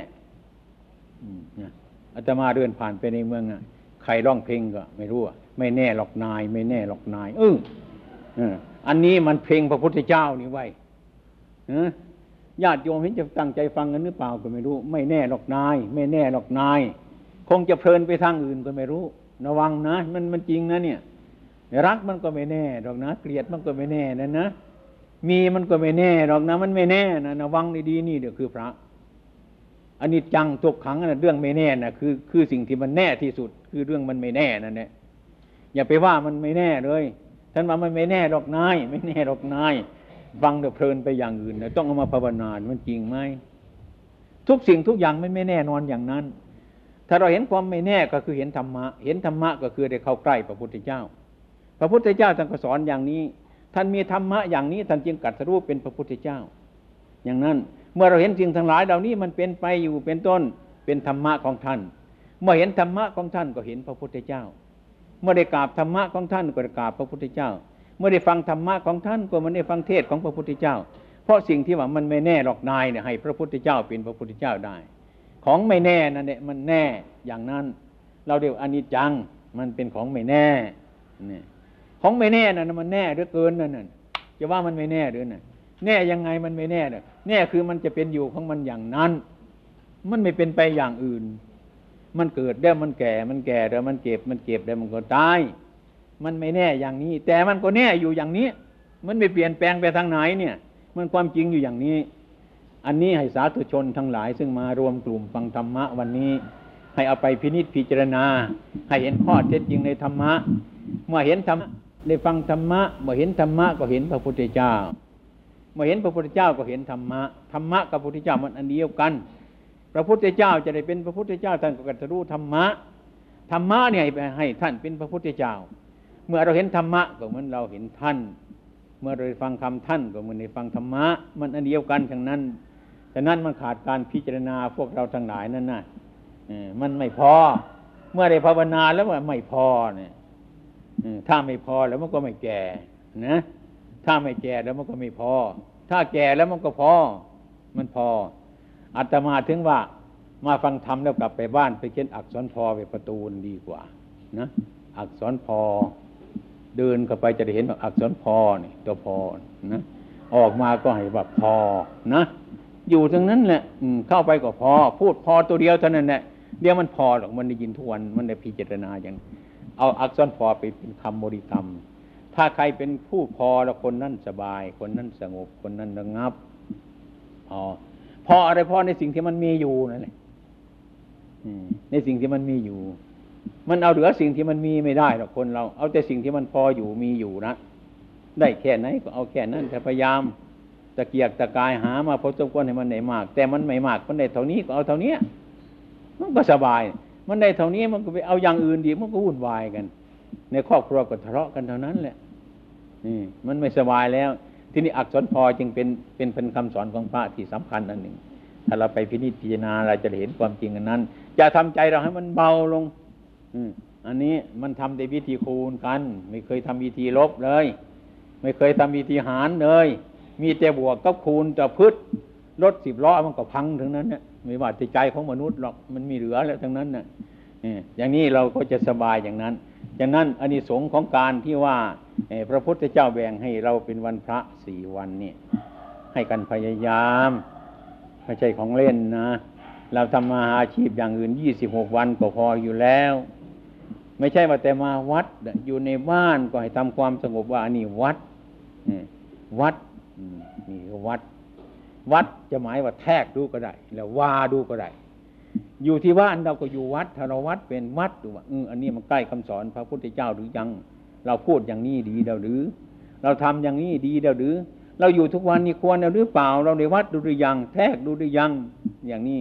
Speaker 1: อาตมาเดินผ่านไปในเมืองอ่ะใครร้องเพลงก็ไม่รู้ไม่แน่หรอกนายไม่แน่หรอกนายเอออันนี้มันเพลงพระพุทธเจ้านี่ไว้ญาติโยมเห็นจะตั้งใจฟังกันหรือเปล่าก็ไม่รู้ไม่แน่หรอกนายไม่แน่หรอกนายคงจะเพลินไปทางอื่นก็ไม่รู้ระวังนะมันมันจริงนะเนี่ยรักมันก็ไม่แน่หรอกนะเกลียดมันก็ไม่แน่นะนะมีมันก็ไม่แน่หรอกนะมันไม่แน่นะระวังดีๆนี่เดี๋ยวคือพระอนิจจังทุกขังนะเรื่องไม่แน่นะคือคือสิ่งที่มันแน่ที่สุดคือเรื่องมันไม่แน่นั่นแหละอย่าไปว่ามันไม่แน่เลยท่านว่ามันไม่แน่หรอกนายไม่แน่หรอกนายฟังเดี๋ยวเพลินไปอย่างอื่นนะต้องเอามาภาวนามันจริงไหมทุกสิ่งทุกอย่างไม่ไม่แน่นอนอย่างนั้นถ้าเราเห็นความไม่แน่ก็คือเห็นธรรมะเห็นธรรมะก็คือได้เข้าใกล้พระพุทธเจ้าพระพุทธเจ้าท่านก็สอนอย่างนี้ท่านมีธรรมะอย่างนี้ท่านจึงตรัสรู้เป็นพระพุทธเจ้าอย่างนั้นเมื่อเราเห็นสิ่งทั้งหลายเหล่านี้มันเป็นไปอยู่เป็นต้นเป็นธรรมะของท่านเมื่อเห็นธรรมะของท่านก็เห็นพระพุทธเจ้าเมื่อได้กราบธรรมะของท่านก็ได้กราบพระพุทธเจ้าเมื่อได้ฟังธรรมะของท่านก็มันได้ฟังเทศของพระพุทธเจ้าเพราะสิ่งที่ว่ามันไม่แน่หรอกนายเนี่ยให้พระพุทธเจ้าเป็นพระพุทธเจ้าได้ของไม่แน่นั่นแหละมันแน่อย่างนั้นเราเรียกอนิจจังมันเป็นของไม่แน่เนี่ยของไม่แน่นั่นมันแน่เหลือเกินนั่นน่ะจะว่ามันไม่แน่หรือน่ะแน่ยังไงมันไม่แน่น่ะแน่คือมันจะเป็นอยู่ของมันอย่างนั้นมันไม่เป็นไปอย่างอื่นมันเกิดแล้วมันแก่มันแก่แล้วมันเจ็บมันเจ็บแล้วมันก็ตายมันไม่แน่อย่างนี้แต่มันก็แน่อยู่อย่างนี้มันไม่เปลี่ยนแปลงไปทางไหนเนี่ยมันความจริงอยู่อย่างนี้อันนี้ให้สาธุชนทั้งหลายซึ่งมารวมกลุ่มฟังธรรมะวันนี้ให้เอาไปพินิจพิจารณาให้เห็นข้อเท็จจริงในธรรมะเมื่อเห็นธรรมะได้ฟังธรรมะเมื่อเห็นธรรมะก็เห็นพระพุทธเจ้าเมื่อเห็นพระพุทธเจ้าก็เห็นธรรมะธรรมะกับพระพุทธเจ้ามันอันเดียวกันพระพุทธเจ้าจะได้เป็นพระพุทธเจ้าท่านก็ตรัสรู้ธรรมะธรรมะเนี่ยให้ท่านเป็นพระพุทธเจ้าเมื่อเราเห็นธรรมะก็เหมือนเราเห็นท่านเมื่อเราฟังคำท่านก็เหมือนได้ฟังธรรมะมันอันเดียวกันทั้งนั้นแต่นั้นมันขาดการพิจารณาพวกเราทั้งหลายนั่นน่ะมันไม่พอเมื่อได้ภาวนาแล้วมันไม่พอเนี่ยถ้าไม่พอแล้วมันก็ไม่แก่นะถ้าไม่แก่แล้วมันก็ไม่พอถ้าแก่แล้วมันก็พอมันพออาตมาถึงว่ามาฟังธรรมแล้วกลับไปบ้านไปเขียนอักษรพอไปประตูดีกว่านะอักษรพอเดินเข้าไปจะได้เห็นว่าอักษรพอนี่ตัวพอนะออกมาก็ให้ว่าพอนะอยู่ตรงนั้นแหละเข้าไปก็พอพูดพอตัวเดียวเท่านั้นแหละเดี๋ยวมันพอหรอกมันได้ยินทุกวันมันได้พิจารณาอย่างเอาอักษรพอไปเป็นคำบริกรรมถ้าใครเป็นผู้พอแล้วคนนั้นสบายคนนั้นสงบคนนั้นระงับอ๋อพออะไรพอในสิ่งที่มันมีอยู่นั่นแหละในสิ่งที่มันมีอยู่มันเอาเหลือสิ่งที่มันมีไม่ได้หรอกคนเราเอาแต่สิ่งที่มันพออยู่มีอยู่นะได้แค่ไหนก็เอาแค่นั้นแต่พยายามตะเกียกตะกายหามาพอสมควรให้มันได้มากแต่มันไม่มากมันได้เท่านี้ก็เอาเท่านี้มันก็สบายมันได้เท่านี้มันก็ไปเอาอย่างอื่นดีมันก็วุ่นวายกันในครอบครัวก็ทะเลาะกันเท่านั้นแหละนี่มันไม่สบายแล้วที่นี่อักษรพอจึงเป็นเป็นเป็นคำสอนของพระที่สำคัญอันหนึ่งถ้าเราไปพินิจพิจารณาเราจะเห็นความจริงอันนั้นจะทำใจเราให้มันเบาลงอันนี้มันทำในวิธีคูณกันไม่เคยทำวิธีลบเลยไม่เคยทำวิธีหารเลยมีแต่บวกกับคูณจะพืชรถสิบล้อมันก็พังถึงนั้นเนี่ยไม่ว่าจิตใจของมนุษย์หรอกมันมีเหลือแล้วทั้งนั้นน่ะอย่างนี้เราก็จะสบายอย่างนั้นอย่างนั้นอานิสงส์ของการที่ว่าพระพุทธเจ้าแบ่งให้เราเป็นวันพระสี่วันนี่ให้กันพยายามไม่ใช่ของเล่นนะเราทำมาหาอาชีพอย่างอื่นยี่สิบหกวันก็พออยู่แล้วไม่ใช่ว่าแต่มาวัดอยู่ในบ้านก็ให้ทำความสงบว่าอันนี้วัดวัดนี่คือวัดวัดจะหมายว่าแทกดูก็ได้แล้วว่าดูก็ได้อยู่ที่บ้านเราก็อยู่วัดถ้าเราวัดเป็นวัดดูว่าเอออันนี้มันใกล้คำสอนพระพุทธเจ้าหรือยังเราพูดอย่างนี้ดีแล้วหรือเราทำอย่างนี้ดีแล้วหรือเราอยู่ทุกวันนี้ควรแล้วหรือเปล่าเราในวัดดูหรือยังแทกดูหรือยังอย่างนี้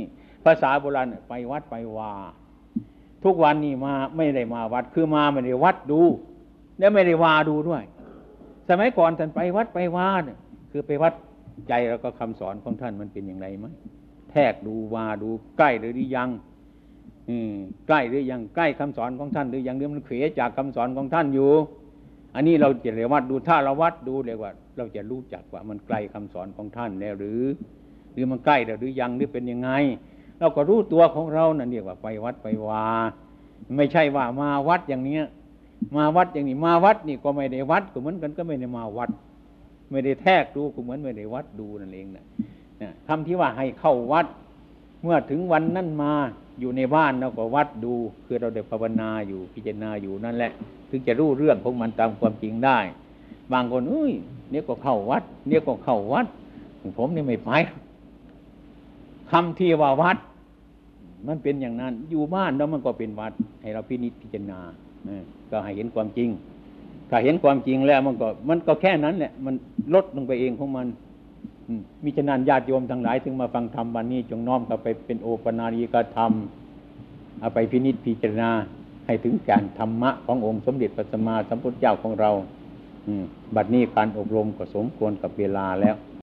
Speaker 1: ภาษาโบราณไปวัดไปวาทุกวันนี้มาไม่ได้มาวัดคือมาไม่ได้วัดดูและไม่ได้วาดูด้วยสมัยก่อนท่านไปวัดไปวาเนี่ยคือไปวัดใจแล้วก็คำสอนของท่านมันเป็นอย่างไรไหมแทกดูวาดูใกล้หรือยังใกล้หรือยังใกล้คำสอนของท่านหรือยังหรือมันเขวจากคำสอนของท่านอยู่อันนี้เราจะเรียกวัดดูถ้าเราวัดดูเรียกว่าเราจะรู้จักว่ามันใกล้คำสอนของท่านแล้วหรือหรือมันใกล้หรือยังหรือเป็นยังไงเราก็รู้ตัวของเรานั่นเรียกว่าไปวัดไปวาไม่ใช่ว่ามาวัดอย่างเนี้ยมาวัดอย่างนี้มาวัดนี่ก็ไม่ได้วัดก็เหมือนกันก็ไม่ได้มาวัดไม่ได้แทกดูก็เหมือนไม่ได้วัดดูนั่นเองนะคำที่ว่าให้เข้าวัดเมื่อถึงวันนั้นมาอยู่ในบ้านเราก็วัดดูคือเราได้ภาวนาอยู่พิจารณาอยู่นั่นแหละถึงจะรู้เรื่องของมันตามความจริงได้บางคนเอ้ยเนี่ยก็เข้าวัดเนี่ยก็เข้าวัดผมนี่ไม่ไปคำที่ว่าวัดมันเป็นอย่างนั้นอยู่บ้านแล้วมันก็เป็นวัดให้เราพินิจพิจารณาก็ให้เห็นความจริงถ้าเห็นความจริงแล้วมันก็มันก็แค่นั้นแหละมันลดลงไปเองของมันมิฉะนั้นญาติโยมทั้งหลายถึงมาฟังธรรมวันนี้จงน้อมเข้าไปเป็นโอปนายิกธรรมเอาไปพินิจพิจารณาให้ถึงการธรรมะขององค์สมเด็จพระสัมมาสัมพุทธเจ้าของเราบัดนี้การอบรมก็สมควรกับเวลาแล้ว